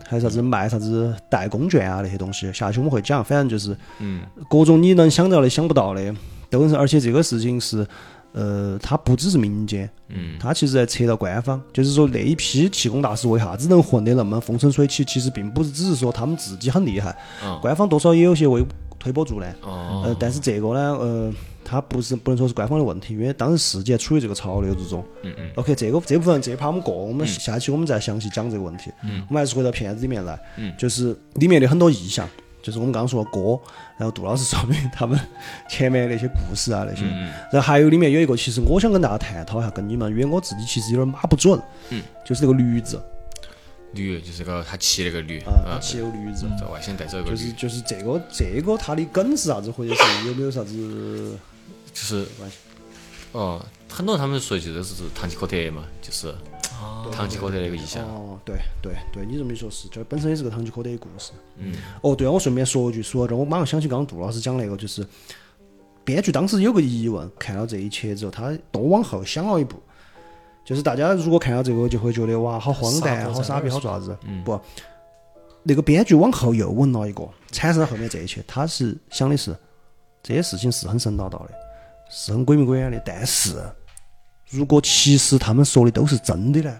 还有啥子卖啥子代工券啊那些东西，下去我们会讲。反正就是， 嗯， 各种你能想到的、想不到的都是，而且这个事情是，呃，它不只是民间， 嗯， 它其实在扯到官方，就是说那一批气功大师为啥子能混得那么风生水起，其实并不是只是说他们自己很厉害， 哦、 官方多少也有些为推波助澜。 哦， 呃，但是这个呢，呃。它不是不能说是官方的问题，因为当时世界处于这个潮流之中。 嗯嗯。 OK， 这个这部分这一趴我们过，我们下期我们再详细讲这个问题。 嗯。 我们还是回到片子里面来。 嗯。 就是里面的很多意象，就是我们刚刚说的歌，然后杜老师说明他们前面那些故事啊那些， 嗯、 然后还有里面有一个，其实我想跟大家探讨一下，跟你们，因为我自己其实有点码不准。 嗯。 就是那个驴子。 驴就是个他骑那个驴啊，他骑那个驴子， 在外星带走一个驴。就是就是这个这个它的梗是啥子，或者是有没有啥子？ 就是哦，很多人他们说这个是堂吉诃德嘛，就是堂吉诃德的一个意象。 哦，对对对，你这么一说，是，这本身也是个堂吉诃德的故事。 嗯。 哦，对啊，我顺便说一句，说到这，我马上想起刚刚杜老师讲那个，就是编剧当时有个疑问，看到这一切之后，他多往后想了一步，就是大家如果看到这个，就会觉得哇，好荒诞，好傻逼，好啥子？ 嗯。 不，那个编剧往后又问了一个，产生了后面这一切，他是想的是这些事情是很神叨叨的。是很鬼迷鬼眼的，但是如果其实他们说的都是真的呢？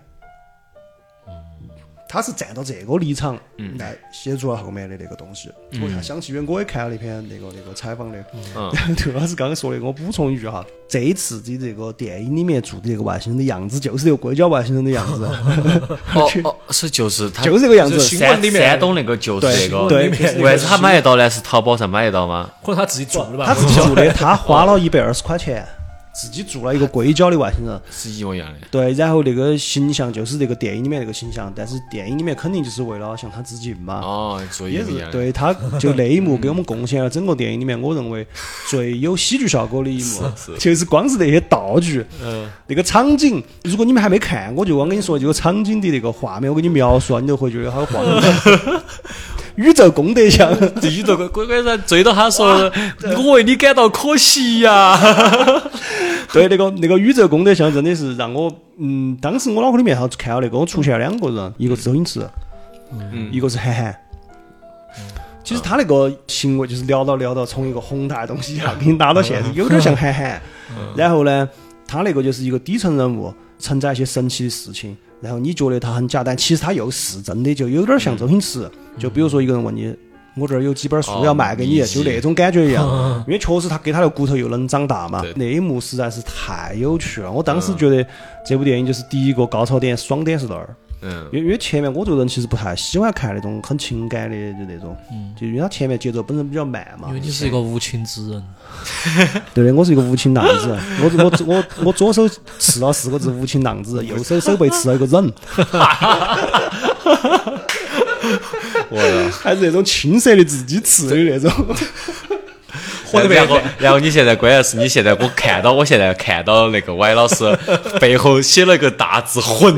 他是站到这个立场来写出了后面的那个东西。嗯、我一下想起，因为我也看了那篇那个那个采访的，杜、嗯、老师刚刚说的，我补充一句哈，这一次的这个电影里面做的这个外星人的样子，就是这个硅胶外星人的样子。 哦哦，是就是他就是这个样子。 山山东那个就是这个， 对， 为啥他买得到呢？是淘宝上买得到吗？ 可能他自己做的吧？ 他自己做的，他花了一百二十块钱。自己做了一个硅胶的外星人， 是一模一样的。 对，然后那个形象就是这个电影里面那个形象，但是电影里面肯定就是为了向他致敬嘛。 哦，做一模一样的。 对，他就那一幕给我们贡献了整个电影里面，我认为最有喜剧效果的一幕， 是是就是光是那些道具，嗯，那个场景，如果你们还没看，我就光跟你说这个场景的那个画面，我给你描述，你都会觉得好晃。宇宙功德箱， 宇宙鬼鬼在追到他说：“我为你感到可惜呀。” 对，那个那个宇宙功德箱真的是让我，嗯，当时我脑壳里面哈看到那个，我出现了两个人，一个是周星驰，嗯，一个是韩寒。其实他那个行为就是聊到聊到，从一个宏大的东西一下给你拉到现实，有点像韩寒。然后呢，他那个就是一个底层人物，承载一些神奇的事情。然后你觉得他很假，但其实他又是真的，就有点像周星驰。就比如说一个人问你，我这儿有几本书要卖给你，就那种感觉一样。因为确实他给他的骨头又能长大嘛。那一幕实在是太有趣了。我当时觉得这部电影就是第一个高潮点、爽点是那儿。嗯，因为因为前面我这个人其实不太喜欢看那种很情感的就那种，嗯，就因为他前面节奏本身比较慢嘛。 因为你是一个无情之人。 对的，我是一个无情浪子。我我我我左手刺了四个字“无情浪子”，右手手背刺了一个人。我还是那种青涩的自己刺的那种。 然后，然后你现在关键是你现在我看到，我现在看到那个歪老师背后写了个大字“混”，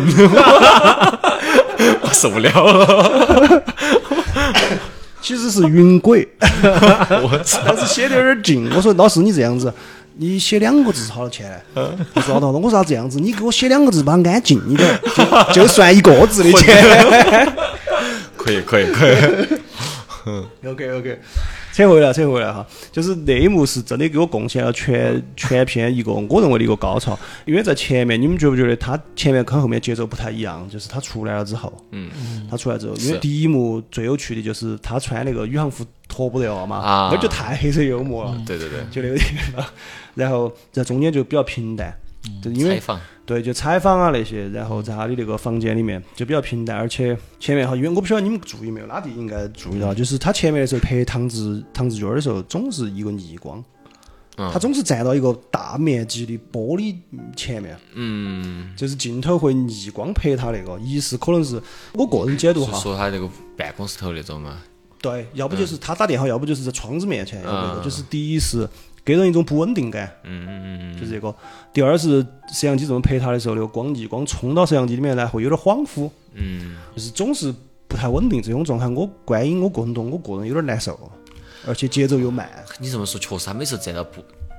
我受不了了。 其实是云轨，我当时写的有点近。我说老师你这样子，你写两个字好了钱。他说好的，我说啥这样子，你给我写两个字，把安静一点，就就算一个字的钱。 可以可以可以。 OK OK。扯回来，扯回来哈，就是那一幕是真的给我贡献了全全片一个我认为的一个高潮，因为在前面你们觉不觉得他前面跟后面节奏不太一样？就是他出来了之后，嗯，他出来之后，因为第一幕最有趣的就是他穿那个宇航服脱不得了嘛，啊，那就太黑色幽默了， 嗯，对对对， 就那个地方，然后在中间就比较平淡，就因为采访。 对，就采访啊那些，然后在他的那个房间里面就比较平淡，而且前面哈，因为我不晓得你们注意没有，拉蒂应该注意到，就是他前面的时候拍唐志唐志军的时候，总是一个逆光，嗯、他总是站到一个大面积的玻璃前面，嗯，就是镜头会逆光拍他那个，一是可能是我个人解读哈， 是说他那个办公室头那种嘛， 对，要不就是他打电话，嗯、要不就是在窗子面前，要不、嗯、就是第一是。给人一种不稳定感，嗯嗯嗯，就是这个。第二是摄像机这么拍他的时候，那个光逆光冲到摄像机里面来，会有点恍惚，嗯，就是总是不太稳定这种状态。我观影，我个人动，我个人有点难受，而且节奏又慢。 你这么说，确实他每次站到不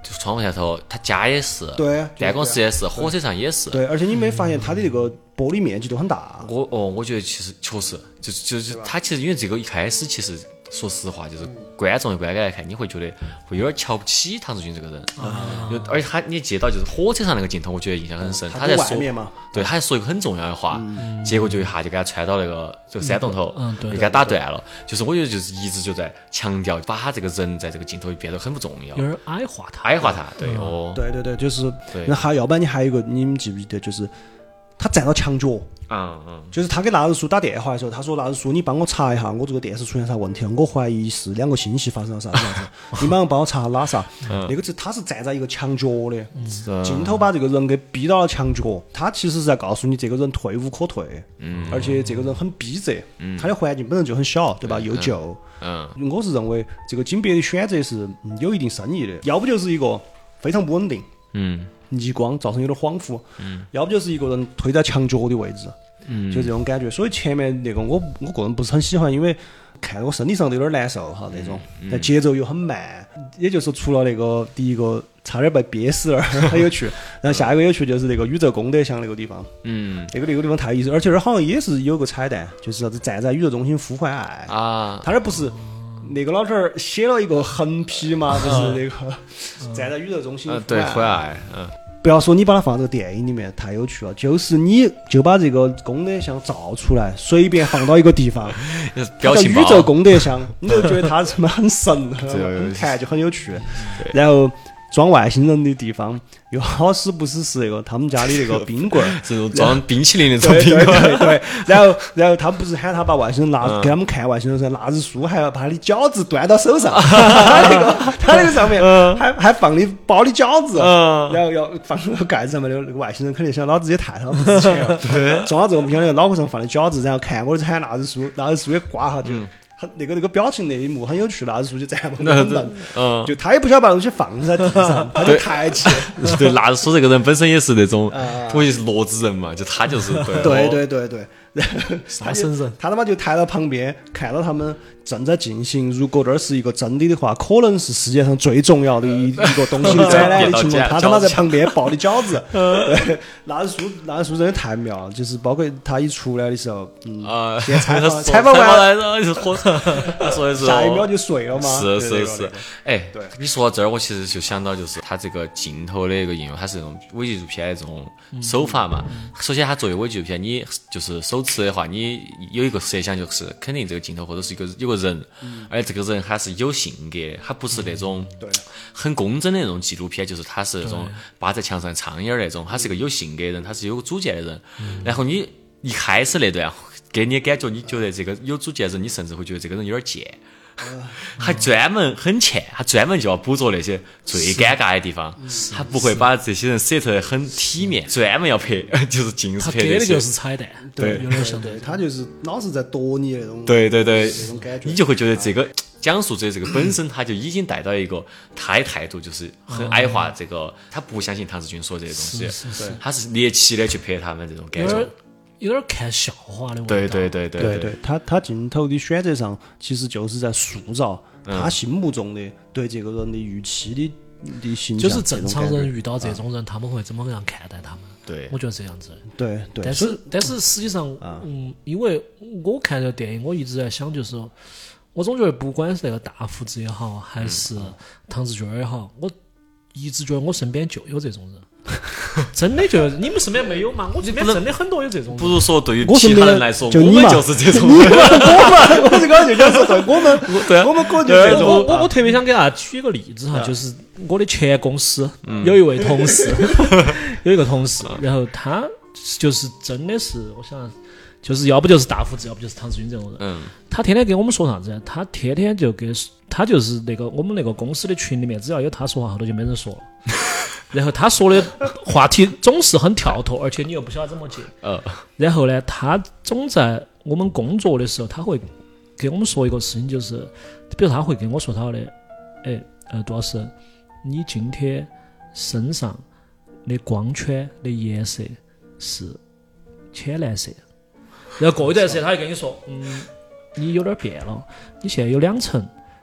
窗户下头，他家也是， 对， 办公室也是，火车上也是。 对，而且你没发现它的那个玻璃面积都很大。 我哦，我觉得其实确实，就是就是他其实因为这个一开始其实说实话，就是观众的观感来看，你会觉得会有点瞧不起唐志军这个人。啊、而且他你接到就是火车上那个镜头，我觉得印象很深。他在说，对，他在说一个很重要的话，嗯、结果就一下就给他穿到那个这个山洞头， 嗯，对， 就给他打断了。就是我觉得就是一直就在强调，把他这个人在这个镜头里变得很不重要， 有点矮化他， 矮化他，对哦， 对对对，就是对。 那还要不然你还有一个，你们记不记得就是？他站到墙角， 嗯嗯， 就是他给纳日苏打电话的时候，他说：“纳日苏，你帮我查一下，我这个电视出现啥问题了？我怀疑是两个星系发生了啥子啥子，你马上帮我查拉萨。嗯”那个是他是站在一个墙角的，嗯、镜头把这个人给逼到了墙角，他其实是在告诉你这个人退无可退，嗯，而且这个人很逼仄，嗯，他的环境本身就很小，对吧？又旧， 嗯， 我是认为这个金别的选择是有一定深意的，要不就是一个非常不稳定， 嗯。 逆光造成有点恍惚，嗯，要不就是一个人推在墙角的位置，嗯，就这种感觉。所以前面那个我我个人不是很喜欢，因为看我身体上都有点难受哈那种，但节奏又很慢。也就是除了那个第一个差点被憋死了，很有趣。然后下一个有趣就是那个宇宙功德箱那个地方，嗯，那个那个地方太有意思，而且这好像也是有个彩蛋，就是啥子站在宇宙中心呼唤爱啊， 他这不是。那个老头儿写了一个横批嘛，就是那个站在宇宙中心呼唤爱， 对，呼唤爱，嗯。 不要说你把它放这个电影里面太有趣了，就是你就把这个功德箱造出来，随便放到一个地方， 表情包， 宇宙功德箱，你就觉得它什么很神，很看就很有趣。然后装外星人的地方又好死不死是那个他们家的那个冰棍儿， 这种装冰淇淋的这种冰棍儿，对。然后然后他不是喊他把外星人拿、嗯、给他们看外星人噻，拿着书还要把他的饺子端到手上，他那个他那个上面还还放的包的饺子，嗯、然后要放那个盖子上面，那个外星人肯定想老子也太他妈值钱了，对，装到这个不晓得脑壳上放的饺子，然后看我喊拿着书，拿着书也刮下去。嗯那个那个表情那一幕很有趣，纳日苏就在旁边很愣，嗯，就他也不晓得把东西放在地上，他就抬起。 对，纳日苏这个人本身也是那种，我也是弱智人嘛，就他就是对对对对， 杀生人， 他他妈就抬到旁边，看到他们正在进行，如果这儿是一个真理的话，可能是世界上最重要的一一个东西的展览的情况，他他妈在旁边抱的饺子。对，纳日苏纳日苏真的太妙了，就是包括他一出来的时候，嗯，啊，先采访采访完了是火。所以说下一秒就睡了吗？ 是是是，哎，对，你说到这儿，我其实就想到就是他这个镜头的一个应用，它是这种伪纪录片的这种手法嘛。首先，它作为伪纪录片，你就是首次的话，你有一个设想，就是肯定这个镜头或者是一个有个人，而且这个人他是有性格的，他不是那种很工整的那种纪录片，就是他是那种扒在墙上苍蝇那种，他是个有性格的人，他是有主见的人。然后你一开始那段。给你的感觉，你觉得这个有主见人，你甚至会觉得这个人有点贱，还专门很欠，他专门就要捕捉那些最尴尬的地方，他不会把这些人设得很体面，专门要拍，就是尽是拍那些。 他给的就是彩蛋， 对，有点像对，他就是老是在躲你那种， 对对对， 那种感觉， 你就会觉得这个讲述者这个本身他就已经带到一个他的态度，就是很矮化这个，他不相信唐志军说这些东西，他是猎奇的去拍他们这种感觉。 有点看笑话的味道。 对对对对对对，他他镜头的选择上，其实就是在塑造他心目中的对这个人的预期的的形象。 就是正常人遇到这种人，他们会怎么样看待他们？ 对， 我觉得这样子。 对对。 但是但是实际上，嗯，因为我看这个电影，我一直在想，就是我总觉得不管是那个大胡子也好，还是唐志军也好，我一直觉得我身边就有这种人。真的就你们身边没有吗？我这边真的很多有这种人。 不如说对于其他人来说， 就我们就是这种人。 我们，我这个就讲说，对我们，对我们个人就这种。 我我我特别想给大家举一个例子哈，就是我的前公司有一位同事，有一个同事，然后他就是真的是，我想就是要不就是大胡子，要不就是唐志军这种人。嗯。他天天给我们说啥子？他天天就给他就是那个我们那个公司的群里面，只要有他说话，后头就没人说了。然后他说的话题总是很跳脱，而且你又不晓得怎么接。嗯。然后呢，他总在我们工作的时候，他会给我们说一个事情，就是比如他会跟我说他的，哎，呃，杜老师，你今天身上的光圈的颜色是浅蓝色。然后过一段时间，他就跟你说，嗯，你有点变了，你现在有两层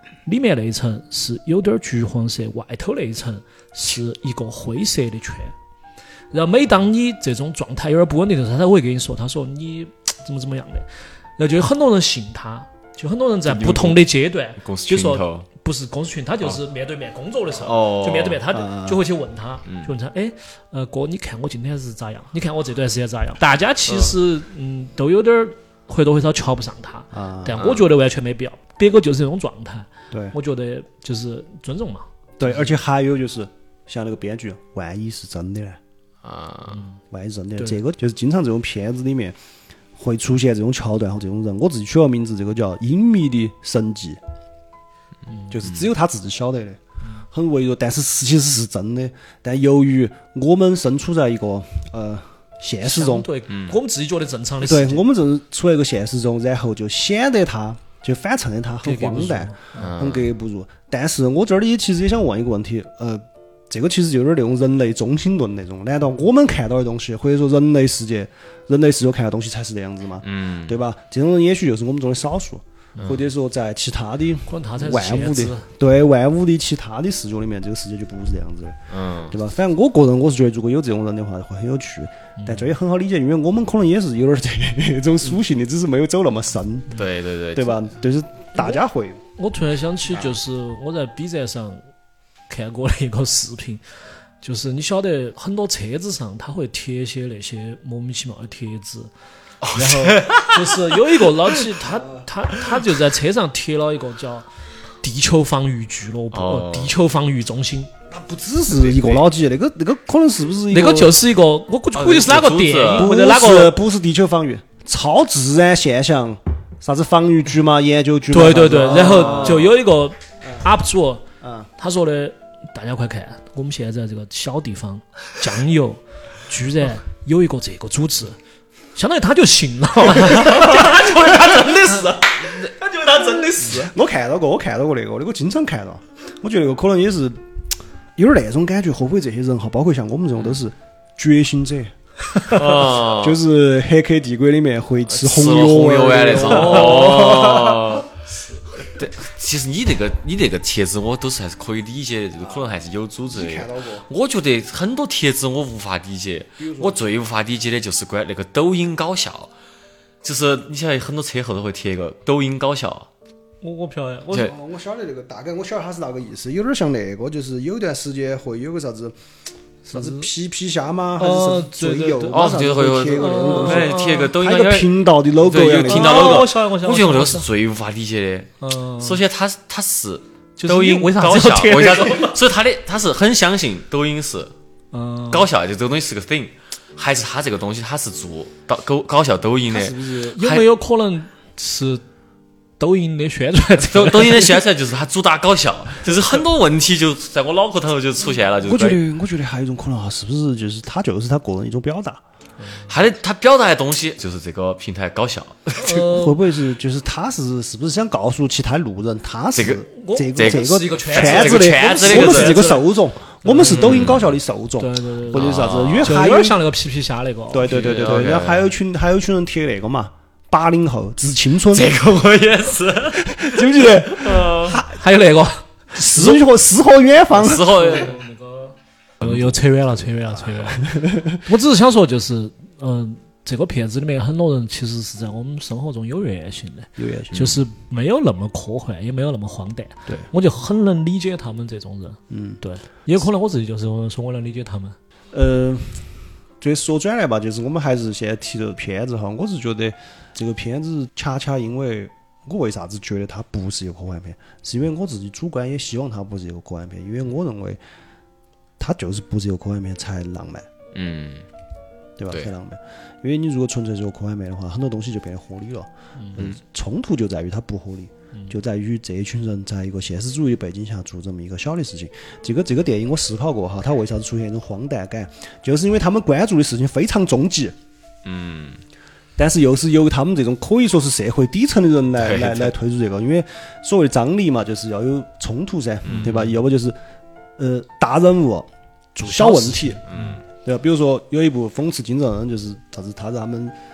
里面那一层是有点橘黄色，外头那一层是一个灰色的圈。然后每当你这种状态有点不稳定的时候，他会跟你说，他说你怎么怎么样的，然后就有很多人信他，就很多人在不同的阶段，就说不是公司群，他就是面对面工作的时候， 哦、 就面对面，他就会去问他，嗯、就问他，哎，呃，哥，你看我今天是咋样？你看我这段时间咋样？大家其实嗯都有点或多或少瞧不上他， 啊、 但我觉得完全没必要，别个就是这种状态， 对， 我觉得就是尊重嘛。 对，而且还有就是像那个编剧，万一是真的呢？ 啊， 万一是真的，这个就是经常这种片子里面会出现这种桥段和这种人。我自己取了名字，这个叫隐秘的神迹，嗯、就是只有他自己晓得的，嗯、很微弱，但是其实是真的。但由于我们身处在一个呃现实中， 对，嗯、我们自己觉得正常的事情， 对我们正处在一个现实中，然后就显得他就反衬的他很荒诞，很格格不入。但是我这里其实也想问一个问题，呃。这个其实就有点那种人类中心论那种，难道我们看到的东西，或者说人类世界、人类世界看到的东西才是这样子吗？嗯，对吧？这种人也许就是我们中的少数，嗯、或者说在其他的万物的对万物的其他的视角里面，这个世界就不是这样子的，嗯，对吧？反正我个人我是觉得，如果有这种人的话，会很有趣。嗯、但这也很好理解，因为我们可能也是有点这种属性的，只是没有走那么深。 对对对， 对吧？就是大家会。 我突然想起，就是我在 B 站上看过的一个视频，就是你晓得很多车子上他会贴一些那些莫名其妙的贴纸，然后就是有一个老几，他他他就在车上贴了一个叫地球防御俱乐部、哦、地球防御中心。 那不只是一个老几，那个那个可能是不是一个那个就是一个我估计是哪个电影或者哪个不是地球防御超自然现象啥子防御局嘛研究局嘛， 对对对，然后就有一个 U P 主，嗯，他说的。大家快看，我们现在这个小地方江油居然有一个这个组织，相当于他就信了，他觉得他真的是，他觉得他真的是。 我看到过，我看到过那个，那个经常看到。我觉得那个可能也是有点那种感觉，会不会这些人哈，包括像我们这种都是觉醒者，哦、就是《黑客帝国》里面会吃红油红油丸那种。哦对，其实你那个你那个帖子我都是还是可以理解的，这个可能还是有组织的。我觉得很多帖子我无法理解，我最无法理解的就是关那个抖音搞笑，就是你晓得很多车后头会贴一个抖音搞笑。 我我不晓得，我我晓得那个大概，我晓得他是那个意思，有点像那个，就是有段时间会有个啥子。啥子皮皮虾吗？还是最油？ 哦，就会有哎贴个抖音， 还有个频道的 logo， 有频道 logo。 我晓得，我晓得。 我觉得那个是最无法理解的。嗯，首先它它是抖音为啥搞笑，为啥子？所以他的他是很相信抖音是搞笑，就这个东西是个 thing， 还是他这个东西他是做搞搞笑抖音的？ 是不是有没有可能是？抖音的宣传， 抖抖音的宣传就是它主打搞笑，就是很多问题就在我脑壳头就出现了。就是我觉得，我觉得还有一种可能哈，是不是就是他就是他个人一种表达， 他的他表达的东西就是这个平台搞笑， 呃、会不会是就是他是是不是想告诉其他路人，他是这个这个这个圈子的， 圈子的我们是这个受众，我们是抖音搞笑的受众， 对对对， 或者啥子，因为还有点像那个皮皮虾那个， 对对对对对，然后还有群还有群人贴那个嘛。八零后致青春， 这个我也是， 记不记得？ 呃，还还有那个诗和诗和远方， 诗和那个又又扯远了，扯远了，扯远了。我只是想说，就是嗯，这个片子里面很多人其实是在我们生活中有原型的， 有原型， 就是没有那么科幻，也没有那么荒诞。 对， 我就很能理解他们这种人。嗯，对，也有可能我自己就是说我能理解他们。 呃。就说转来吧，就是我们还是现在提的片子哈，我是觉得这个片子恰恰因为我为啥子觉得它不是一个科幻片，是因为我自己主观也希望它不是一个科幻片，因为我认为它就是不是一个科幻片才浪漫，嗯，对吧？对才浪漫。因为你如果纯粹是个科幻片的话，很多东西就变得合理了，嗯，冲突就在于它不合理。就在于这一群人在一个现实主义背景下做这么一个小的事情。这个这个电影我思考过哈，它为啥子出现一种荒诞感，就是因为他们关注的事情非常终极，嗯，但是又是由他们这种可以说是社会底层的人来来来推出这个，因为所谓的张力嘛，就是要有冲突噻，嗯、对吧？要不就是呃大人物做小问题，嗯，对吧？比如说有一部讽刺金正恩，就是啥子他他们。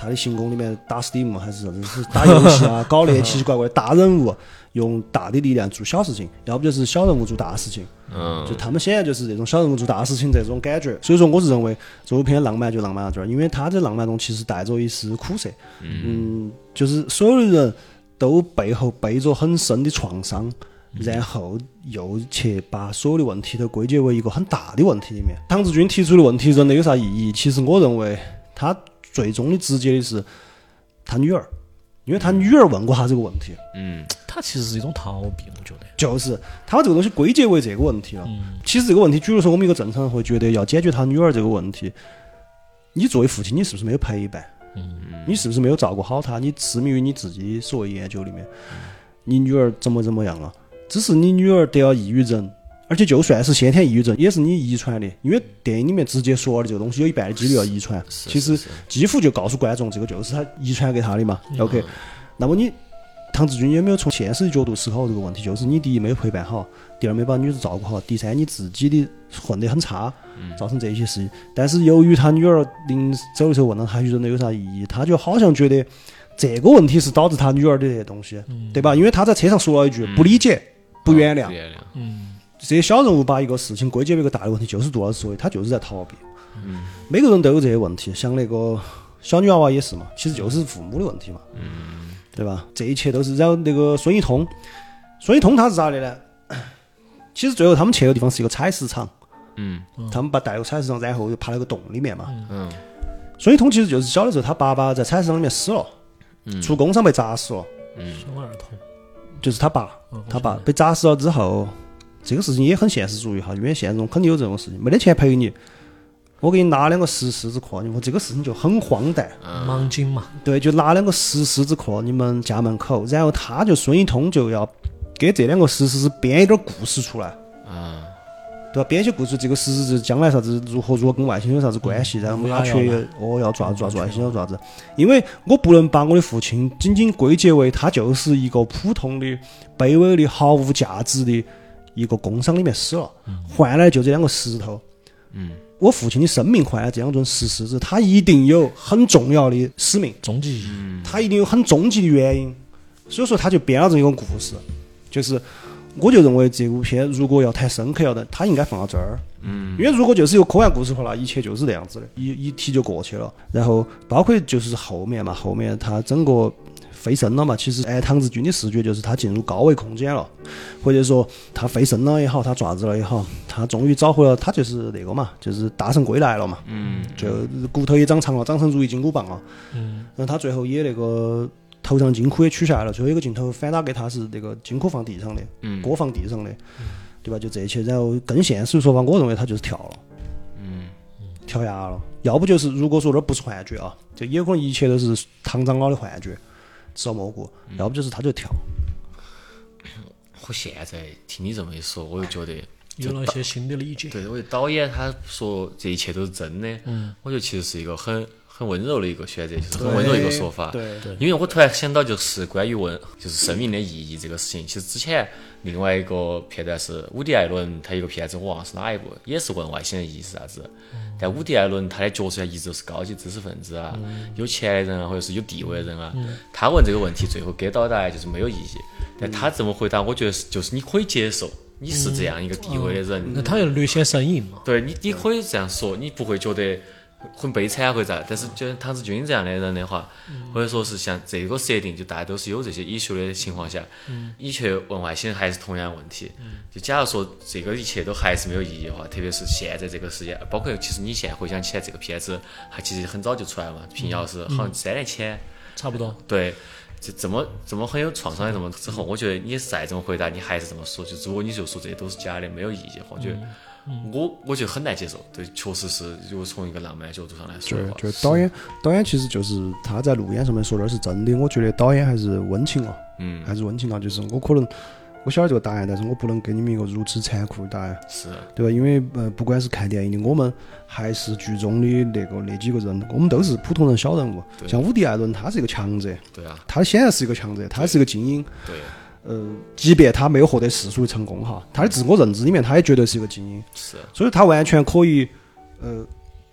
他的行宫里面打 Steam 还是啥子，是打游戏啊，搞那些奇奇怪怪的大人物，用大的力量做小事情，要不就是小人物做大事情。 嗯， 就他们显然就是这种小人物做大事情这种感觉。所以说，我是认为这部片浪漫就浪漫到这儿，因为他这浪漫中其实带着一丝苦涩。嗯，就是所有的人都背后背着很深的创伤。然后又去把所有的问题都归结为一个很大的问题里面。唐志军提出的问题，人类有啥意义？其实我认为他最终的直接的是他女儿，因为他女儿问过他这个问题。 嗯， 他其实是一种逃避，我觉得。 就是他把这个东西归结为这个问题了。 嗯、 其实这个问题，比如说我们一个正常人会觉得要解决他女儿这个问题，你作为父亲，你是不是没有陪伴？ 嗯， 你是不是没有照顾好他？你痴迷于你自己所谓研究里面，你女儿怎么怎么样了？只是你女儿得了抑郁症，而且就算是先天抑郁症，也是你遗传的，因为电影里面直接说了这个东西有一半的几率要遗传。其实几乎就告诉观众，这个就是他遗传给他的嘛。嗯、OK， 那么你唐志军有没有从现实的角度思考这个问题？就是你第一没有陪伴好，第二没把女儿照顾好，第三你自己的混得很差，造成这些事情。但是由于他女儿临走的时候问了他人类有啥意义，他就好像觉得这个问题是导致他女儿的这些东西，嗯、对吧？因为他在车上说了一句、嗯、不理解。不原谅， 嗯， 这些小人物把一个事情归结为一个大的问题，就是杜老师说的，他就是在逃避。嗯，每个人都有这些问题，像那个小女娃娃也是嘛，其实就是父母的问题嘛，嗯，对吧？这一切都是。然后那个孙一通，孙一通他是咋的呢？其实最后他们去的地方是一个采石场， 嗯， 他们把带入采石场，然后又爬到一个洞里面嘛， 嗯， 孙一通其实就是小的时候他爸爸在采石场里面死了，嗯，出工伤被砸死了， 嗯，小儿童。 就是他爸，他爸被砸死了之后，这个事情也很现实主义哈，因为现实中肯定有这种事情，没得钱赔你，我给你拿两个石狮子壳，你们这个事情就很荒诞， 盲井嘛， 对，就拿两个石狮子壳你们家门口，然后他就孙一通就要给这两个石狮子编一点故事出来， 啊， 对吧？编些故事，这个石狮子将来啥子如何如何跟外星有啥子关系，然后麻雀哦要抓抓抓外星要抓子，因为我不能把我的父亲仅仅归结为他就是一个普通的卑微的毫无价值的一个工商里面死了，换来就这两个石头， 嗯， 我父亲的生命换来这两尊石狮子，他一定有很重要的使命， 终极意义， 他一定有很终极的原因，所以说他就编了这么一个故事，就是我就认为这部片如果要谈深刻要的，他应该放到这儿，嗯，因为如果就是一个科幻故事的话，那一切就是这样子的，一一提就过去了。然后包括就是后面嘛，后面他整个飞升了嘛，其实按唐志军的视觉就是他进入高维空间了，或者说他飞升了也好，他爪子了也好，他终于找回了，他就是那个嘛，就是大圣归来了嘛， 嗯， 就骨头也长长了，长成如意金箍棒了，嗯，然后他最后也那个。头上金箍也取下来了，最后一个镜头反打给他是那个金箍放地上的，嗯，锅放地上的，嗯，对吧？就这一切，然后更现实的说法，我认为他就是跳了， 嗯， 跳崖了。要不就是如果说这不是幻觉啊，就也可能一切都是唐长老的幻觉，知道蘑菇。嗯、要不就是他就跳。 我现在听你这么一说，我又觉得有了一些新的理解。 对，我觉得导演他说这一切都是真的，嗯，我觉得其实是一个很。很温柔的一个选择，就是很温柔的一个说法。 对对。 因为我突然想到，就是关于问，就是生命的意义这个事情。其实之前另外一个片段是伍迪·艾伦，他一个片子我忘了是哪一部，也是问外星人意义是啥子。嗯、但伍迪·艾伦他的角色一直都是高级知识分子啊，嗯、有钱的人啊，或者是有地位的人啊。嗯、他问这个问题，最后给到答案就是没有意义。但他这么回答，我觉得是就是你可以接受，你是这样一个地位的人。 嗯、那他又略显生硬嘛？ 对你，你可以这样说，你不会觉得。很悲惨或者咋，但是就像唐志军这样的人的话，嗯、或者说是像这个设定，就大家都是有这些医学的情况下，嗯、你去问外星人还是同样的问题。嗯、就假如说这个一切都还是没有意义的话，特别是现在这个时间，包括其实你现在回想起来这个片子，还其实很早就出来了嘛，平遥是好像三年前， 差不多。 对，这这么这么很有创伤的这么之后，我觉得你再这么回答，你还是这么说，就如果你就说这些都是假的，没有意义的话，我觉得。嗯、我我觉得很难接受，对，确实是，如果从一个浪漫角度上来说的话， 就导演导演其实就是他在路演上面说的是真的，我觉得导演还是温情了，嗯，还是温情了，就是我可能我晓得这个答案，但是我不能给你们一个如此残酷的答案， 是， 对吧？因为呃，不管是看电影的我们，还是剧中的那个那几个人，我们都是普通人小人物，像伍迪·艾伦，他是一个强者， 对啊， 他显然是一个强者，他是一个精英， 对。 呃，即便他没有获得世俗的成功哈，他的自我认知里面他也绝对是一个精英， 是， 所以他完全可以呃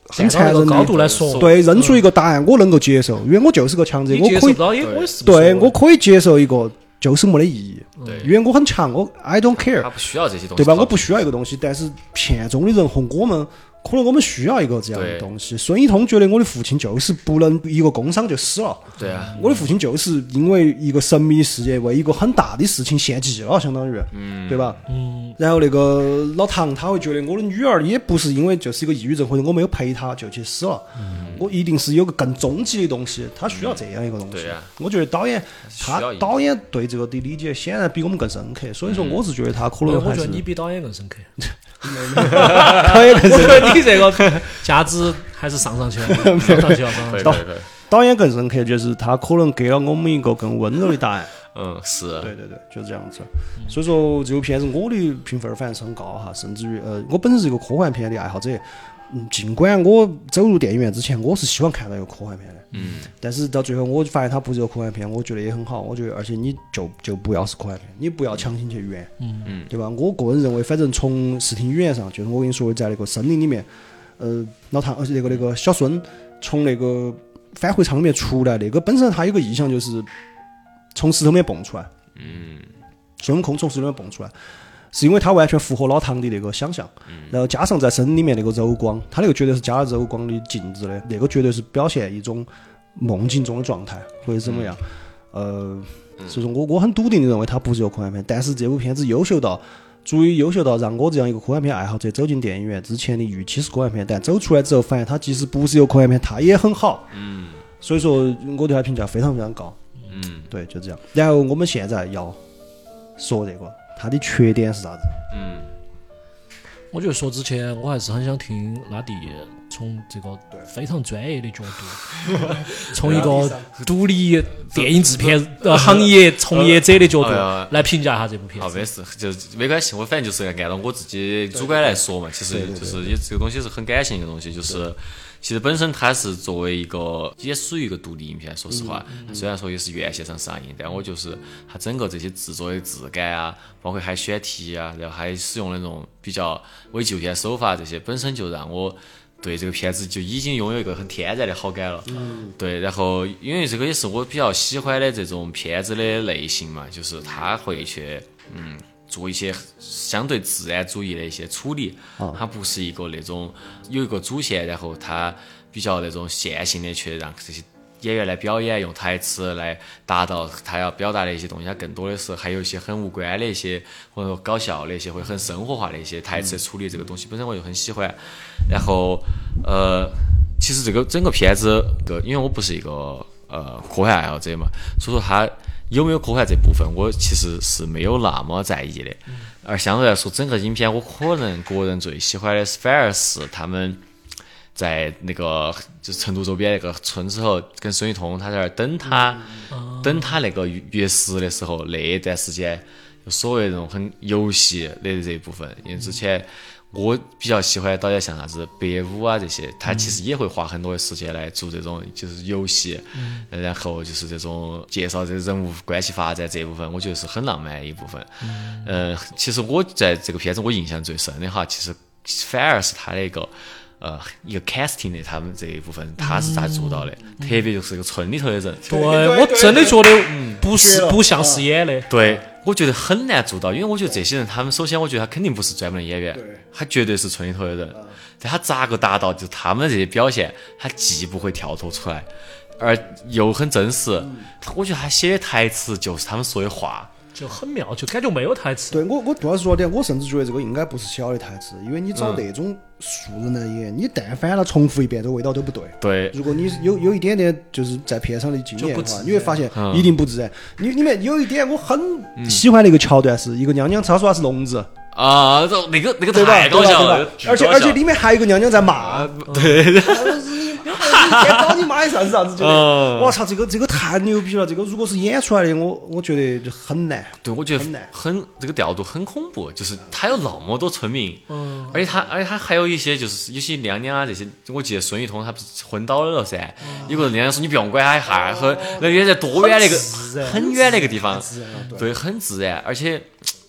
很残忍的高度来说， 对，认出一个答案我能够接受，因为我就是个强者，我可以，对我可以接受一个就是没得意义， 对， 因为我很强，我 I don't care， 他不需要这些东西， 对吧？我不需要一个东西，但是片中的人和我们。可能我们需要一个这样的东西。孙一通觉得我的父亲就是不能一个工伤就死了， 对啊， 我的父亲就是因为一个神秘事件为一个很大的事情献祭了，相当于，嗯，对吧？嗯。然后那个老唐他会觉得我的女儿也不是因为就是一个抑郁症或者我没有陪她就去死了，嗯，我一定是有个更终极的东西，他需要这样一个东西。 对啊， 我觉得导演他导演对这个的理解显然比我们更深刻，所以说我是觉得他可能还是。 我觉得你比导演更深刻。 导演更深刻。 我觉得你这个价值还是上上去了，上上去了，上上去了。 导演更深刻，就是他可能给了我们一个更温柔的答案。 嗯，是。 对对对，就是这样子。所以说这部片子我的评分反正是很高哈，甚至于呃，我本身是一个科幻片的爱好者。嗯，尽管我走入电影院之前，我是希望看到一个科幻片的，嗯，但是到最后我发现它不是一个科幻片，我觉得也很好。我觉得，而且你就就不要是科幻片，你不要强行去圆，嗯嗯，对吧？我个人认为，反正从视听语言上，就是我跟你说，在那个森林里面，呃，老唐，而且那个那个小孙从那个返回舱里面出来，那个本身它有个意象就是从石头里面蹦出来，嗯，孙悟空从石头里面蹦出来。是因为它完全符合老唐的那个想象，然后加上在森林里面那个柔光，它那个绝对是加了柔光的镜子的，那个绝对是表现一种梦境中的状态或者怎么样。呃，所以说我我很笃定的认为它不是一个科幻片，但是这部片子优秀到足以优秀到让我这样一个科幻片爱好者走进电影院之前的预期是科幻片，但走出来之后发现它即使不是一个科幻片，它也很好。嗯，所以说我对它评价非常非常高。嗯，对，就这样。然后我们现在要说这个。它的缺点是啥子？嗯， 我觉得说之前，我还是很想听拉蒂从这个非常专业的角度，从一个独立电影制片呃行业从业者的角度来评价一下这部片子。 哦，没事，就没关系。我反正就是按照我自己主观来说嘛，其实就是也这个东西是很感性的一个东西，就是。其实本身它是作为一个，也属于一个独立影片。说实话，嗯嗯、虽然说也是院线上上映，但我就是它整个这些制作的质感啊，包括还选题啊，然后还使用那种比较伪纪录片手法，这些本身就让我对这个片子就已经拥有一个很天然的好感了。嗯，对。然后因为这个也是我比较喜欢的这种片子的类型嘛，就是它会去嗯。做一些相对自然主义的一些处理，它不是一个那种有一个主线，然后它比较那种线性的去让这些演员来表演，用台词来达到他要表达的一些东西。它更多的是还有一些很无关的一些，或者说搞笑的一些，或者很生活化的一些台词处理。这个东西本身我就很喜欢。然后呃，其实这个整个片子，因为我不是一个呃科幻爱好者嘛，所以说它。有没有科幻这部分，我其实是没有那么在意的。而相对来说，整个影片我可能个人最喜欢的是，反而是他们在那个就是成都周边那个村时候，跟孙一通他在那儿等他，等他那个月食的时候那一段时间，就所谓那种很游戏的这一部分。因为之前我比较喜欢导演像啥子北舞啊这些，他其实也会花很多的时间来做这种就是游戏，嗯、然后就是这种介绍这人物关系发展这一部分，我觉得是很浪漫的一部分。嗯、呃，其实我在这个片子我印象最深的哈，其实反而是他的一个呃一个 casting 的他们这一部分，他是咋做到的？嗯、特别就是一个村里头的人， 对我真的觉得不是不像是演的， 对。我觉得很难做到，因为我觉得这些人，他们首先，我觉得他肯定不是专门的演员，他绝对是村里头的人。但他咋个达到，就是他们这些表现，他既不会跳脱出来，而又很真实。嗯、我觉得他写的台词就是他们说的话， 就很妙，就感觉没有台词。 对我，我杜老师说的，我甚至觉得这个应该不是小的台词，因为你找那种素人来演，你但凡他重复一遍，这个味道都不对。 对， 如果你有有一点点就是在片上的经验的话，你会发现一定不自然。你里面有一点我很喜欢的一个桥段，是一个娘娘，她说她是聋子。 啊，这那个那个太搞笑了， 而且而且里面还有一个娘娘在骂， 对， 你搞你妈啥子啥子，觉得我操，这个这个太牛逼了，这个如果是演出来的，我我觉得就很难。 对，我觉得很难， 很这个调度很恐怖，就是他有那么多村民，嗯，而且他而且他还有一些就是有些娘娘啊这些，我记得孙一通他不是昏倒了噻，有个娘娘说你不用管他一下，和那远在多远那个很远那个地方，对，很自然，而且。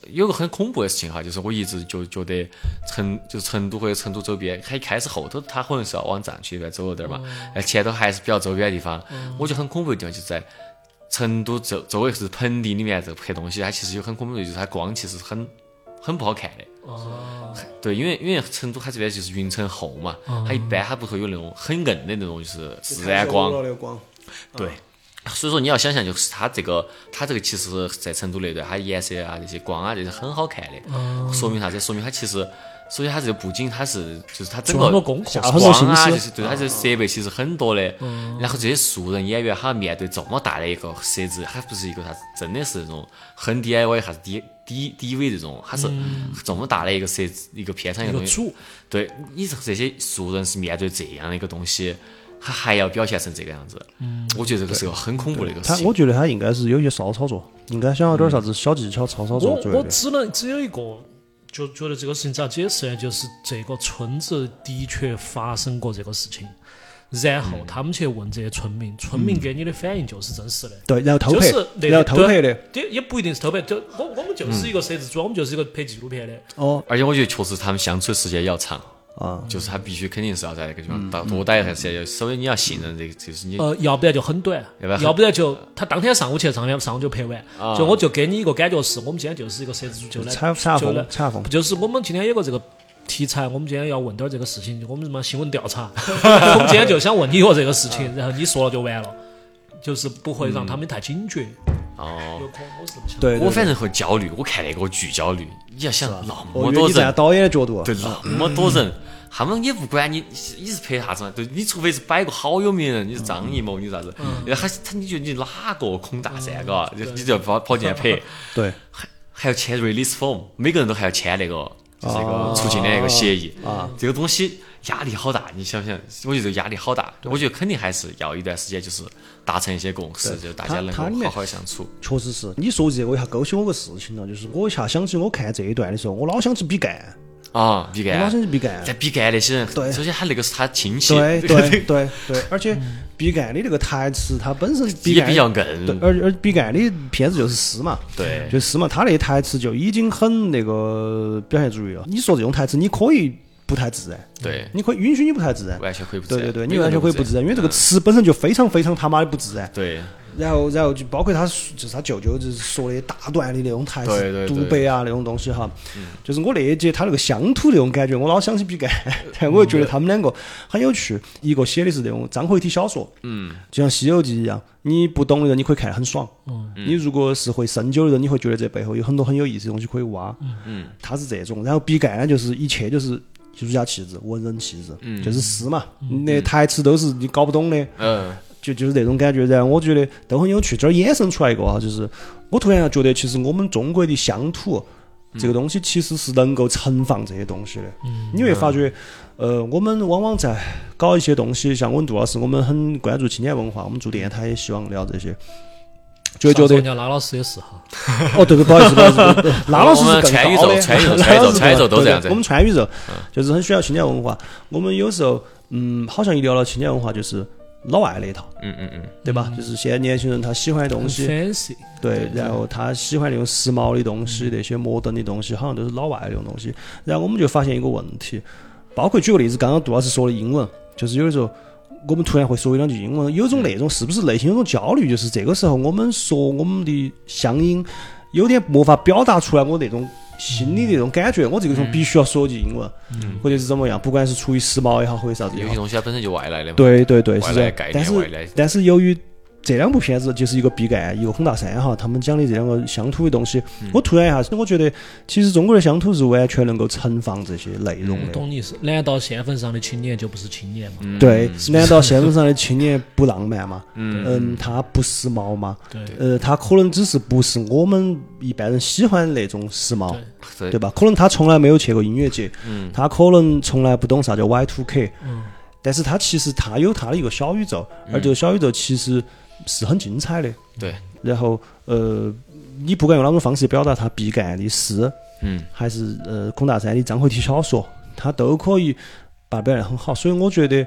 有个很恐怖的事情哈，就是我一直就觉得成就是成都或者成都周边，它一开始后头它可能是要往藏区那边走了点嘛，哎、前头还是比较周边的地方。我觉得很恐怖的地方就是在成都周周围是盆地里面这拍东西，它其实有很恐怖的，就是它光其实很很不好看的。 哦， 对，因为因为成都它这边就是云层厚嘛，它一般它不会有那种很硬的那种就是自然光。对。所以说你要想象，就是它这个，它这个其实，在成都那段，它颜色啊、这些光啊，这些很好看的，嗯、说明啥子？说明它其实，所以它这个布景它是，就是它整个光啊，就是对它这设备其实很多的。嗯、然后这些素人演员，他面对这么大的一个设置，它不是一个啥子，真的是那种很 D I Y 还是低低低 V 这种，它是这么大的一个设置，一个片场一个东西。对，你这些素人是面对这样的一个东西。他还要表现成这个样子，嗯，我觉得这个是个很恐怖的一个事情。 他我觉得他应该是有一些骚操作，应该想要点啥子小技巧、操操作之类的。 我我只能只有一个，就觉得这个事情咋解释呢？就是这个村子的确发生过这个事情，然后他们去问这些村民，村民给你的反应就是真实的。 对，然后偷拍， 就是然后偷拍的， 也也不一定是偷拍，就我我们就是一个摄制组，我们就是一个拍纪录片的。 哦， 而且我觉得确实他们相处的时间也要长。 啊， 就是他必须肯定是要在那个地方待多待一段时间，首先你要信任这个，就是你呃，要不然就很短，要不然就他当天上午去，上天上午就拍完， 啊、 就我就给你一个感觉是，我们今天就是一个摄制组就来采采风采风， 就是我们今天有个这个题材，我们今天要问点这个事情，我们什么新闻调查，我们今天就想问你一个这个事情，然后你说了就完了，就是不会让他们太警觉。 哦， 有可能我是不想。 对， 我反正会焦虑，我看那个我巨焦虑。你要想那么多人， 你站导演的角度， 对，那么多人，他们也不管你，你是拍啥子嘛？对，你除非是摆个好有名人，你是张艺谋，你啥子？然后他他你觉得你哪个孔大山嘎？你就跑跑进来拍。 对， 还还要签 release form， 每个人都还要签那个就是那个出境的那个协议啊，这个东西。压力好大，你想想，我觉得这个压力好大。我觉得肯定还是要一段时间，就是达成一些共识，就大家能够好好相处。 确实是，你说这个，我一下勾起我个事情了，就是我一下想起我看这一段的时候，我老想起比干啊，比干， 我老想起比干。 在比干那些人， 对， 首先他那个是他亲戚， 对对对对，而且比干的那个台词，他本身也比较硬， 对，而而比干的片子就是诗嘛， 对， 就是诗嘛，他那台词就已经很那个表现主义了。你说这种台词，你可以。不太自然， 对， 你可以允许你不太自然， 完全可以不自然， 对对对，你完全可以不自然，因为这个词本身就非常非常他妈的不自然， 对。 然后，然后就包括他就是他舅舅就是说的大段的那种台词、独白啊那种东西哈，就是我那一节他那个乡土那种感觉，我老想起比干，然后我就觉得他们两个很有趣，一个写的是那种章回体小说，嗯，就像《西游记》一样，你不懂的人你可以看得很爽，嗯，你如果是会深究的人，你会觉得这背后有很多很有意思的东西可以挖，嗯，他是这种，然后比干呢就是一切就是。艺术家气质、文人气质，嗯、就是诗嘛，嗯、那台词都是你搞不懂的，嗯，就就是那种感觉。然后我觉得都很有趣。这儿衍生出来一个哈，就是我突然觉得，其实我们中国的乡土、嗯、这个东西其实是能够盛放这些东西的。嗯、你会发觉，呃，我们往往在搞一些东西，像我们杜老师，我们很关注青年文化，我们做电台也希望聊这些。就觉得人家拉老师也是哈， 哦对对，不好意思不好意思，拉老师是更高的， 川宇宙川宇宙川宇宙都这样子。 我们川宇宙就是很需要青年文化。我们有时候嗯，好像一聊到青年文化，就是老外那一套， 嗯嗯嗯， 对吧？就是现在年轻人他喜欢的东西，对，然后他喜欢那种时髦的东西，那些摩登的东西，好像都是老外那种东西。然后我们就发现一个问题，包括举个例子，刚刚杜老师说的英文，就是有的时候。我们突然会说一两句英文，有种那种是不是内心有种焦虑？就是这个时候我们说我们的乡音有点没法表达出来我那种心里的那种感觉，我这个时候必须要说句英文，嗯、或者是怎么样，不管是出于时髦也好，或者啥子也好， 有些东西它本身就外来的嘛。 对对对，是的。 但是但是由于这两部片子就是一个毕赣一个孔大山哈，他们讲的这两个乡土的东西，嗯、我突然一下，我觉得其实中国的乡土是完全能够盛放这些内容的。 嗯、懂你意思？难道县份上的青年就不是青年吗？ 嗯、对，难道县份上的青年不浪漫吗？嗯嗯，他不时髦吗？ 对， 呃，他可能只是不是我们一般人喜欢的那种时髦， 对, 对吧？可能他从来没有去过音乐节，嗯，他可能从来不懂啥叫 Y 二 K， 嗯，但是他其实他有他的一个小宇宙，而这个小宇宙其实。是很精彩的， 对。 然后，呃，你不管用哪种方式表达他毕赣的诗， 嗯， 还是呃孔大山的章回体小说，他都可以把它表现很好。所以我觉得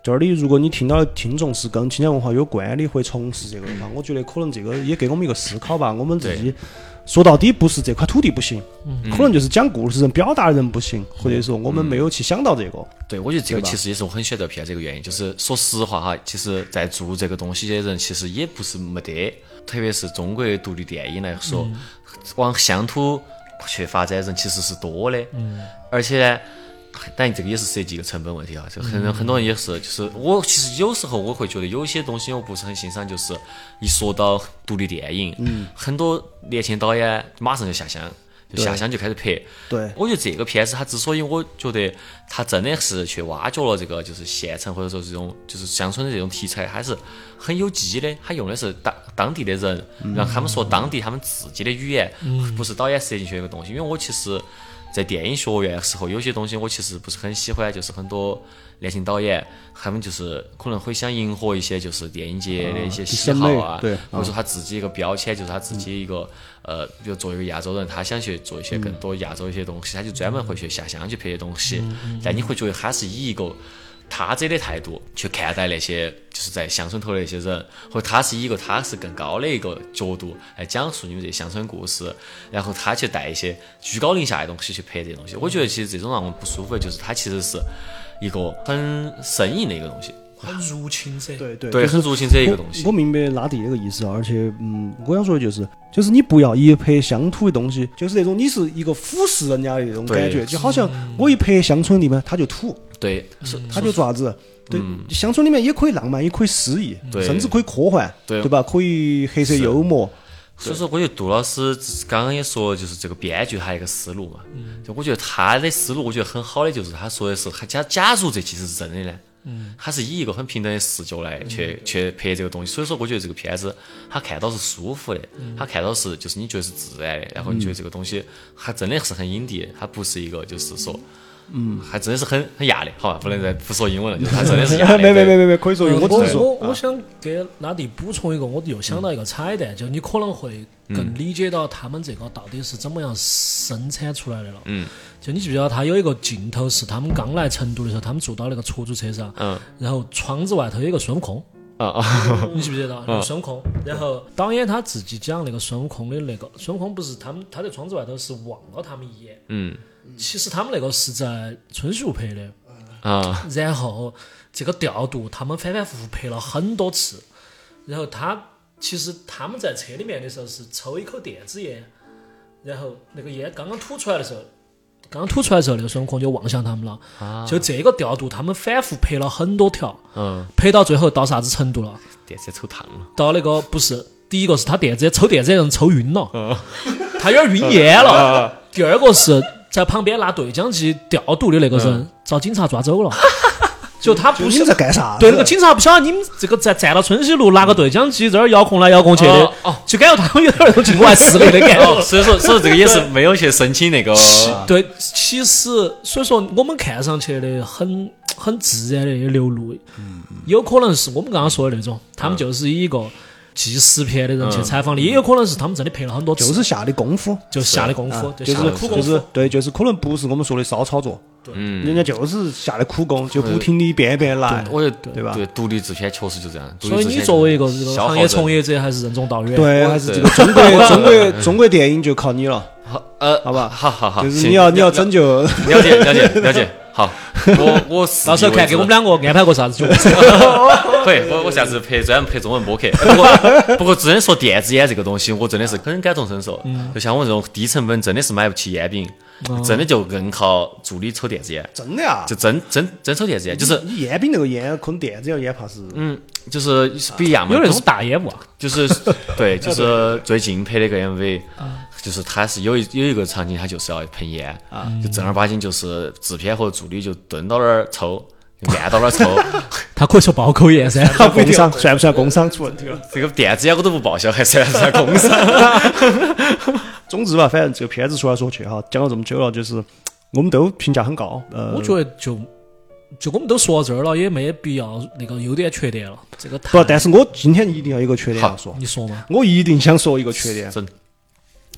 这里如果你听到听众是跟青年文化有关的，会从事这个的话，我觉得可能这个也给我们一个思考吧。我们自己说到底不是这块土地不行， 嗯、 可能就是讲故事人、表达人不行，或者说我们没有去想到这个。 对，我觉得这个其实也是我很选择片这个原因。就是说实话哈，其实在做这个东西的人其实也不是没得，特别是中国独立电影来说，嗯、往乡土去发展人其实是多的。嗯，而且呢。但这个也是涉及一个成本问题啊，就很很多人也是，就是我其实有时候我会觉得有些东西我不是很欣赏，就是一说到独立电影，嗯，很多年轻导演马上就下乡，就下乡就开始拍。 对， 我觉得这个片子它之所以我觉得它真的是去挖掘了这个就是县城或者说这种就是乡村的这种题材，还是很有机的。它用的是当当地的人，让他们说当地他们自己的语言，嗯、不是导演设进去的一个东西。因为我其实。在电影学院的时候，有些东西我其实不是很喜欢，就是很多年轻导演，他们就是可能会想迎合一些就是电影界的一些喜好啊， 对， 或者说他自己一个标签，就是他自己一个呃，比如作为一个亚洲人，他想去做一些更多亚洲一些东西，他就专门会去下乡去拍些东西。但你会觉得他是以一个他者的态度去看待那些就是在乡村头的那些人，或者他是以一个他是更高的一个角度来讲述你们这乡村故事，然后他去带一些居高临下的东西去拍这些东西。我觉得其实这种让我们不舒服的就是他其实是一个很生硬的一个东西， 很入侵者， 对对对，很入侵者一个东西。 我, 我明白拉蒂那个意思，而且嗯，我想说的就是，就是你不要一拍乡土的东西，就是那种你是一个俯视人家的那种感觉，就好像我一拍乡村里面他就土， 对， 是他就爪子。对，嗯、乡村里面也可以浪漫，也可以诗意，甚至可以科幻，对, 对吧？可以黑色幽默。 所以说，我觉得杜老师刚刚也说，就是这个编剧他一个思路嘛。嗯、就我觉得他的思路，我觉得很好的，就是他说的是，他假假如这其实是真的呢，嗯，他是以一个很平等的视角来去、嗯、去拍这个东西。所以说，我觉得这个片子他看到是舒服的，嗯、他看到是就是你觉得是自然的，然后你觉得这个东西它真的是很隐蔽，它不是一个就是说。嗯，还真的是很很压的，好吧，不能再不说英文了，就是还真的是压的。 没没没没没，可以说英文。 我我我想给拉蒂补充一个，我又想到一个彩蛋，就你可能会更理解到他们这个到底是怎么样生产出来的了。嗯，就你记不记得他有一个镜头是他们刚来成都的时候，他们坐到那个出租车上，嗯，然后窗子外头有一个孙悟空。啊啊！你记不记得那个孙悟空？然后导演他自己讲那个孙悟空的那个孙悟空不是他们他在窗子外头是望了他们一眼。嗯。其实他们那个是在春熙路拍的啊，然后这个调度他们反反复复拍了很多次，然后他其实他们在车里面的时候是抽一口电子烟，然后那个烟刚刚吐出来的时候，刚刚吐出来的时候，那个孙悟空就望向他们了，啊、就这个调度他们反复拍了很多条，嗯，拍到最后到啥子程度了？ 电子烟抽烫了， 到那个不是第一个是他电子烟抽电子烟人抽晕了，嗯、他有点晕烟了，嗯、第二个是。在旁边拿对讲机调度的那个人、嗯、遭警察抓走了，就他不晓得在干啥？ 对，那个警察不晓得你们这个在站到春熙路拿个对讲机在这儿遥控来遥控去的，哦哦、就感觉他们有点那种境外势力的感觉。 哦、所以说，所以这个也是没有去申请那个。 对，其实所以说我们看上去的很很自然的流露，嗯、有可能是我们刚刚说的那种，他们就是以一个。纪实片的人去采访的，嗯、也有可能是他们真的拍了很多次， 就是下的功夫， 就是下的功夫， 啊、就是苦功夫，就是对，就是可能不是我们说的骚操作，对，嗯，人家就是下的苦功，就不停的一遍一遍来， 我觉得对吧？ 对，独立制片确实就这样。 所以你作为一个这个行业从业者，还是任重道远， 对，还是这个中国中国中国电影就靠你了， 好，呃， 好吧， 好好好， 就是你要你要拯救， 了解了解了解。好，我我到时候看给我们两个安排个啥子角色。 可以，我我下次拍专门拍中文播客。不过不过，真的说电子烟这个东西，我真的是很感同身受。嗯、就像我这种低成本，真的是买不起烟饼，嗯、真的就更靠助理抽电子烟。 真的呀？ 就真真真抽电子烟，就是你烟饼那个烟，可能电子烟怕是嗯，就是不一样嘛。 有那种大烟雾啊？ 就是对，就是最近拍的个 M V。就是他是有一有一个场景，他就是要喷烟啊，就正儿八经就是制片和助理就蹲到那儿抽，按到那儿抽。 他可以说爆口烟噻， 他工伤算不算工伤出问题了？ 这个电子烟我都不报销，还算不算工伤？ 总之吧，反正这个片子说来说去哈，讲了这么久了，就是我们都评价很高。呃， 我觉得就就我们都说到这儿了，也没必要那个优点缺点了。这个不，但是我今天一定要有一个缺点要说。 你说嘛？ 我一定想说一个缺点。 真。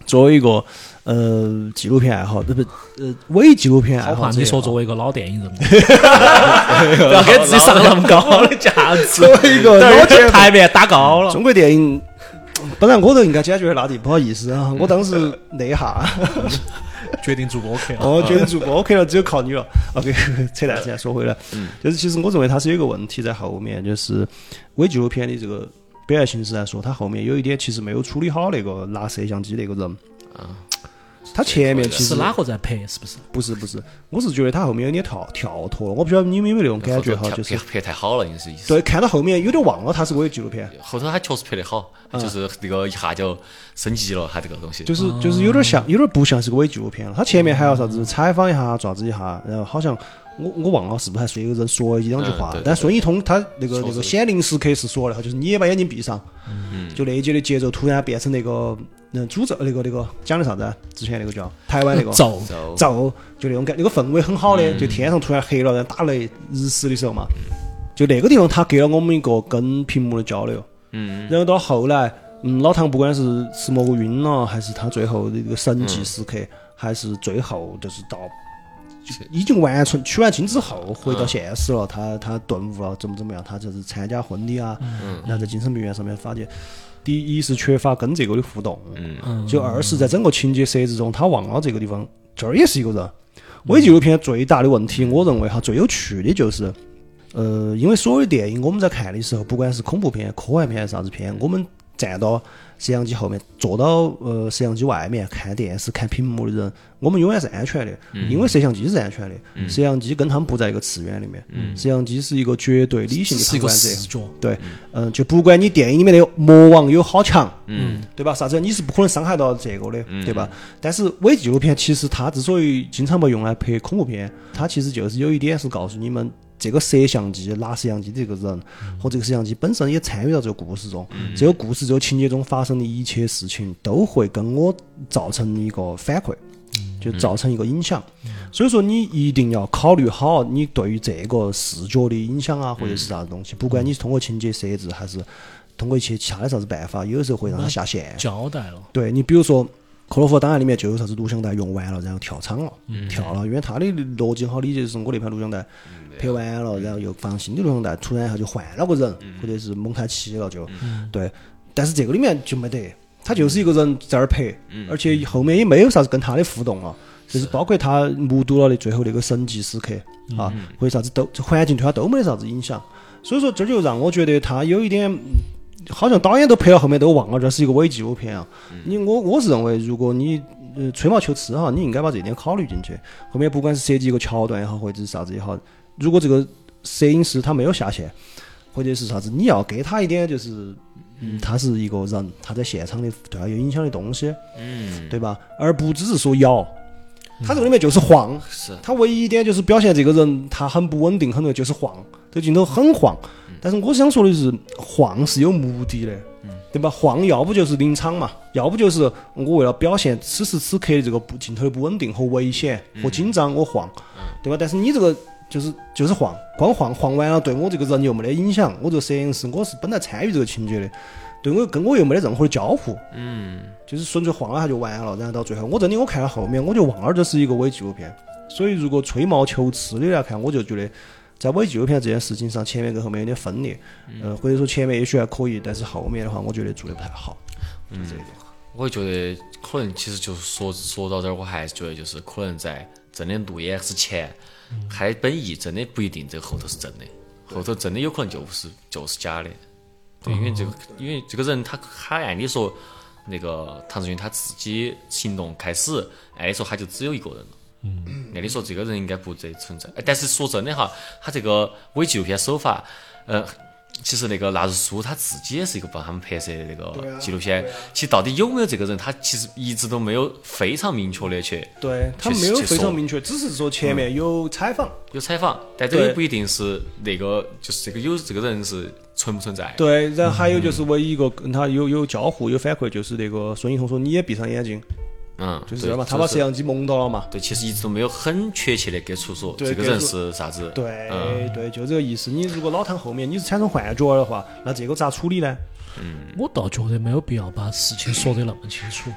作为一个呃纪录片爱好，不不呃伪纪录片爱好话好者， 你说作为一个老电影人物，不要给自己上那么高的价值， 作为一个等老于台面打高了。 中国电影，本来我都应该解决那地，不好意思啊，我当时那一下。 决定做播客了。 哦，决定做播客了，只有靠你了。OK， 扯淡，现在说回来， 嗯， 就是其实我认为它是有一个问题在后面，就是伪纪录片的这个表现形式来说，它后面有一点其实没有处理好那个拿摄像机那个人。 啊， 他前面其实是哪个在拍？是不是？ 不是不是，我是觉得他后面有点跳跳脱了。我不晓得你们有没有那种感觉哈，就是拍太好了，应该是意思。 对，看到后面有点忘了它是伪纪录片， 后头他确实拍得好，就是那个一下就升级了，他这个东西。 就是就是有点像，有点不像是个伪纪录片了。他前面还要啥子采访一下，爪子一下，然后好像我我忘了是不是还说一个人说了一两句话， 嗯对对对但孙一通他那个确实那个显灵时刻是说的，就是你也把眼睛闭上， 嗯， 就那一节的节奏突然变成那个嗯诅咒那个那个讲的啥子啊？之前那个叫台湾那个咒就咒，就那种感，那个氛围很好的， 嗯就天上突然黑了，然后打雷日食的时候嘛，就那个地方他给了我们一个跟屏幕的交流， 嗯然后到后来，嗯，老唐不管是吃蘑菇晕了，还是他最后的这个神迹时刻，还是最后就是到就已经完全取完经之后回到现实了，他他顿悟了，怎么怎么样，他就是参加婚礼啊，然后在精神病院上面发现，第一是缺乏跟这个的互动， 嗯就二是在整个情节设置中，他忘了这个地方这儿也是一个人。伪纪录片最大的问题，我认为哈最有趣的就是。呃，因为所有的电影我们在看的时候，不管是恐怖片、科幻片还是啥子片，我们站到摄像机后面，坐到呃摄像机外面看电视、看屏幕的人，我们永远是安全的，因为摄像机是安全的，摄像机跟他们不在一个次元里面，摄像机是一个绝对理性的是一个旁观者视。觉。 对，嗯，就不管你电影里面的魔王有好强， 嗯， 对吧？啥子你是不可能伤害到这个的，对吧？但是伪纪录片其实它之所以经常被用来拍恐怖片，它其实就是有一点是告诉你们。这个摄像机拿摄像机的这个人和这个摄像机本身也参与到这个故事中，这个故事这个情节中发生的一切事情都会跟我造成一个反馈，就造成一个影响。所以说你一定要考虑好你对于这个视觉的影响啊，或者是啥子东西，不管你是通过情节设置还是通过一些其他的啥子办法，有的时候会让它下线。 交代了。 对你比如说。克洛弗档案里面就有啥子录像带用完了，然后跳场了， 嗯跳了，因为他的逻辑好理解就是我那盘录像带拍完了，然后又放新的录像带，突然一下就换了个人，或者是蒙太奇了就，对。但是这个里面就没得，他就是一个人在那儿拍，而且后面也没有啥子跟他的互动了，就是包括他目睹了的最后那个神迹时刻啊，或者啥子都环境对他都没得啥子影响，所以说这就让我觉得他有一点。好像导演都拍到后面都忘了这是一个伪纪录片啊！你我我是认为，如果你呃吹毛求疵哈，你应该把这点考虑进去。后面不管是设计一个桥段也好，或者是啥子也好，如果这个摄影师他没有下线，或者是啥子，你要给他一点就是，嗯，他是一个人，他在现场的对他有影响的东西， 嗯， 对吧？而不只是说摇。他这个里面就是晃， 是他唯一一点就是表现这个人他很不稳定，很多就是晃，这个镜头很晃。但是我想说的是，晃是有目的的，对吧？晃要不就是临场嘛，要不就是我为了表现此时此刻的这个不镜头的不稳定和危险和紧张，我晃，对吧？但是你这个就是就是晃，光晃晃完了，对我这个人又没得影响，我这个摄影师我是本来参与这个情节的，对我跟我又没得任何的交互， 嗯， 就是纯粹晃了下就完了，然后到最后我真的我看到后面我就忘了这是一个伪纪录片，所以如果吹毛求疵的来看，我就觉得。在伪纪录片这件事情上，前面跟后面有点分裂，呃，或者说前面也许还可以，但是后面的话，我觉得做的不太好。 嗯，我觉得可能其实就是说说到这儿，我还是觉得就是可能在真的路演之前，他的本意真的不一定这个后头是真的，后头真的有可能就是就是假的。对，因为这个因为这个人他他按理说那个唐志军他自己行动开始，按理说他就只有一个人了。嗯，按理说这个人应该不再存在，但是说真的哈，他这个伪纪录片手法，呃，其实那个纳日苏他自己也是一个帮他们拍摄的那个纪录片，啊啊、其实到底有没有这个人，他其实一直都没有非常明确的去， 对他没有非常明确，只是说前面有采访， 嗯、有采访，但这个不一定是那个，就是这个有这个人是存不存在。 对，然后还有就是唯一一个跟他有有交互有反馈，就是那个孙一通说你也闭上眼睛。 嗯， 就是嘛，他把摄像机蒙到了嘛。 对，其实一直都没有很确切的给出说这个人是啥子。 对、 嗯、 对，就这个意思。你如果老唐后面你是产生幻觉的话，那这个咋处理呢？ 嗯，我倒觉得没有必要把事情说得那么清楚。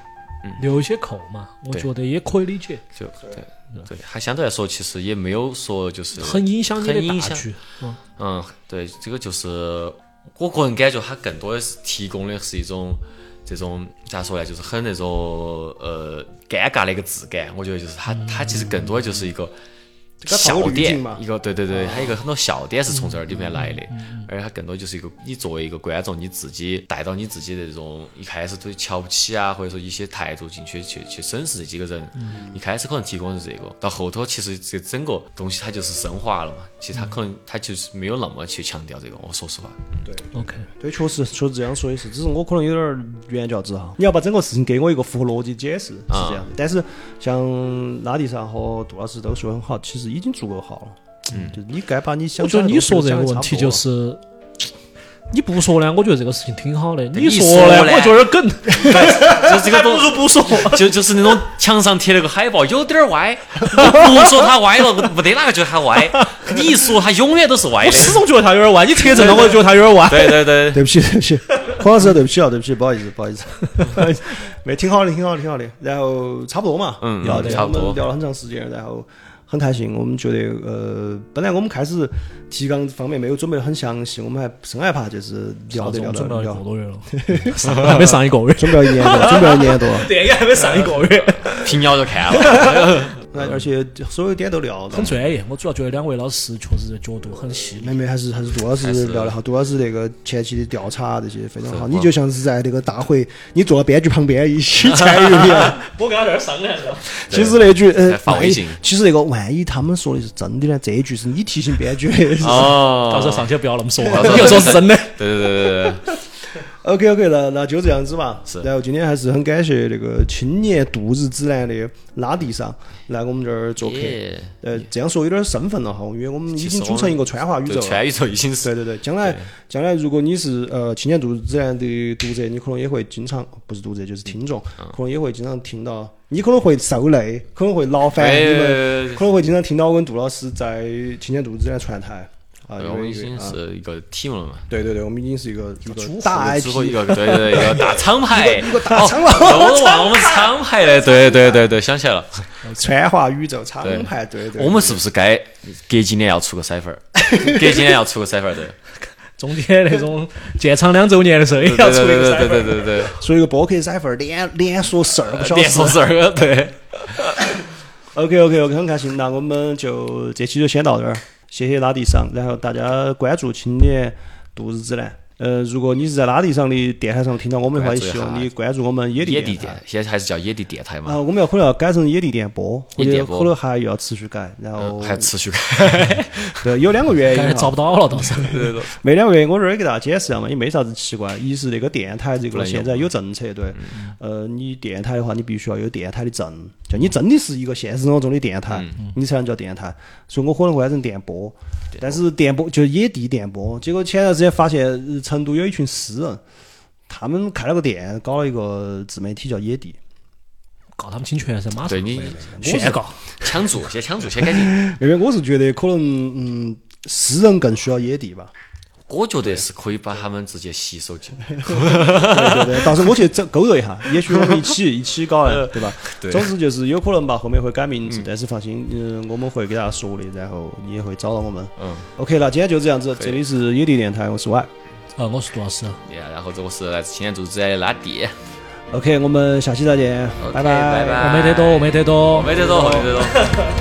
留一些扣嘛，我对觉得也可以理解， 就对对，它相对来说其实也没有说就是很影响你的很影响大局。嗯， 嗯，对，这个就是我个人感觉，它更多的是提供的是一种这种咋说呢，就是很那种呃尴尬的一个质感。我觉得就是它它其实更多的就是一个笑点，一个对对对，它一个很多笑点是从这儿里面来的，而且它更多就是一个你作为一个观众，你自己带到你自己的这种一开始对瞧不起啊，或者说一些态度进去去去审视这几个人。一开始可能提供的是这个，到后头其实这整个东西它就是升华了嘛。其实它可能它就是没有那么去强调这个，我说实话。 对 OK， 对，确实确实这样说也是，只是我可能有点原教旨哈。你要把整个事情给我一个符合逻辑解释是这样的，但是像拉蒂莎和杜老师都说得很好，其实已经足够好了。嗯，就是你该把你想我觉得你说这个个问题就是。你不说呢，我觉得这个事情挺好的。 你说呢，我就有点梗。 就这个不如不说， 就就是那种墙上贴了个海报，有点歪。不说它歪了，没得哪个觉得它歪。你一说，它永远都是歪的。 我始终觉得它有点歪。你贴正了，我就觉得它有点歪。 对对对， 对不起对不起，孔老师对不起啊，对不起，不好意思不好意思。没，挺好的挺好的挺好的。然后差不多嘛， 嗯， 聊的差不多， 我们聊了很长时间，然后。很开心，我们觉得呃，本来我们开始提纲方面没有准备得很详细，我们还生害怕就是聊得聊得聊。 准备了一个多月了，还没上一个月， 准备了一年多，准备了一年多， 电影还没上一个月， 凭秒就看了。 而且所有点都聊， 很专业。我主要觉得两位老师确实角度很细。 妹妹还是还是杜老师聊得好，杜老师那个前期的调查这些非常好，你就像是在那个大会，你坐在编剧旁边一起参与一样。 我跟他在这商量着。 其实那句呃， 发微信， 其实那个万一他们说的是真的呢？这一句是你提醒编剧的。 哦， 到时候上去不要那么说，你又说是真的。 对对对对对。 OK OK，那那就这样子吧。 是。 然后今天还是很感谢那个青年度日指南的拉蒂莎来我们这儿做客。 Yeah. 呃，这样说有点身份了哈，因为我们已经组成一个川话宇宙了。 川宇宙已经是。 对对对，将来将来如果你是呃青年度日指南的读者，你可能也会经常不是读者就是听众， 嗯、 可能也会经常听到，你可能会受累，可能会劳烦你们，可能会经常听到我跟杜老师在青年度日指南串台。啊， 我们已经是一个 team 了嘛？ 对对对，我们已经是一个一个大 I P， 一个对对对，一个大厂牌， 一个大厂牌。 我都忘了我们厂牌了，对对对对，想起来了。 川话宇宙厂牌，对对。 我们是不是该隔几年要出个 cipher？ 隔几年要出个 cipher 对。 中间那种建厂两周年的时候也要出一个 cipher， 对对对对对， 出一个播客 cipher， 连连说十二个小时， 连说十二个，对。 OK OK OK， 很开心，那我们就这期就先到这儿。谢谢拉蒂上，然后大家关注青年度日指南。呃，如果你是在拉蒂上的电台上听到我们的话，也希望你关注我们野地电台。 现在还是叫野地电台嘛？ 啊，我们要可能要改成野地电波， 野地电波可能还要持续改，然后还持续改。 对，有两个原因， 找不到了，倒是。 没两个原因，我这儿给大家解释一下嘛，也没啥子奇怪。一是那个电台这个现在有政策，对，呃，你电台的话，你必须要有电台的证，就你真的是一个现实生活中的电台，你才能叫电台。所以我可能会改成电波。但是电波就是野地电波，结果前段时间发现成都有一群诗人，他们开了个店，搞了一个自媒体叫野地， 告他们侵权噻，马上对你宣告， 抢注，先抢注，先改进。 因为我是觉得可能，嗯，诗人更需要野地吧。 我觉得是可以把他们直接吸收进来。 对对对，到时候我去勾勒一下，也许我们一起一起搞的，对吧？ 对。 总之就是有可能吧，后面会改名字，嗯、但是放心，嗯，我们会给大家说的，然后你也会找到我们。嗯。OK， 那今天就这样子，这里是野地电台，我是 Y。 啊，我是杜老师。 Yeah， 然后这个是来自青年度日指南的拉蒂。 OK， 我们下期再见， okay, 拜拜拜。 我没得多，我没得多， 没得多，没得多。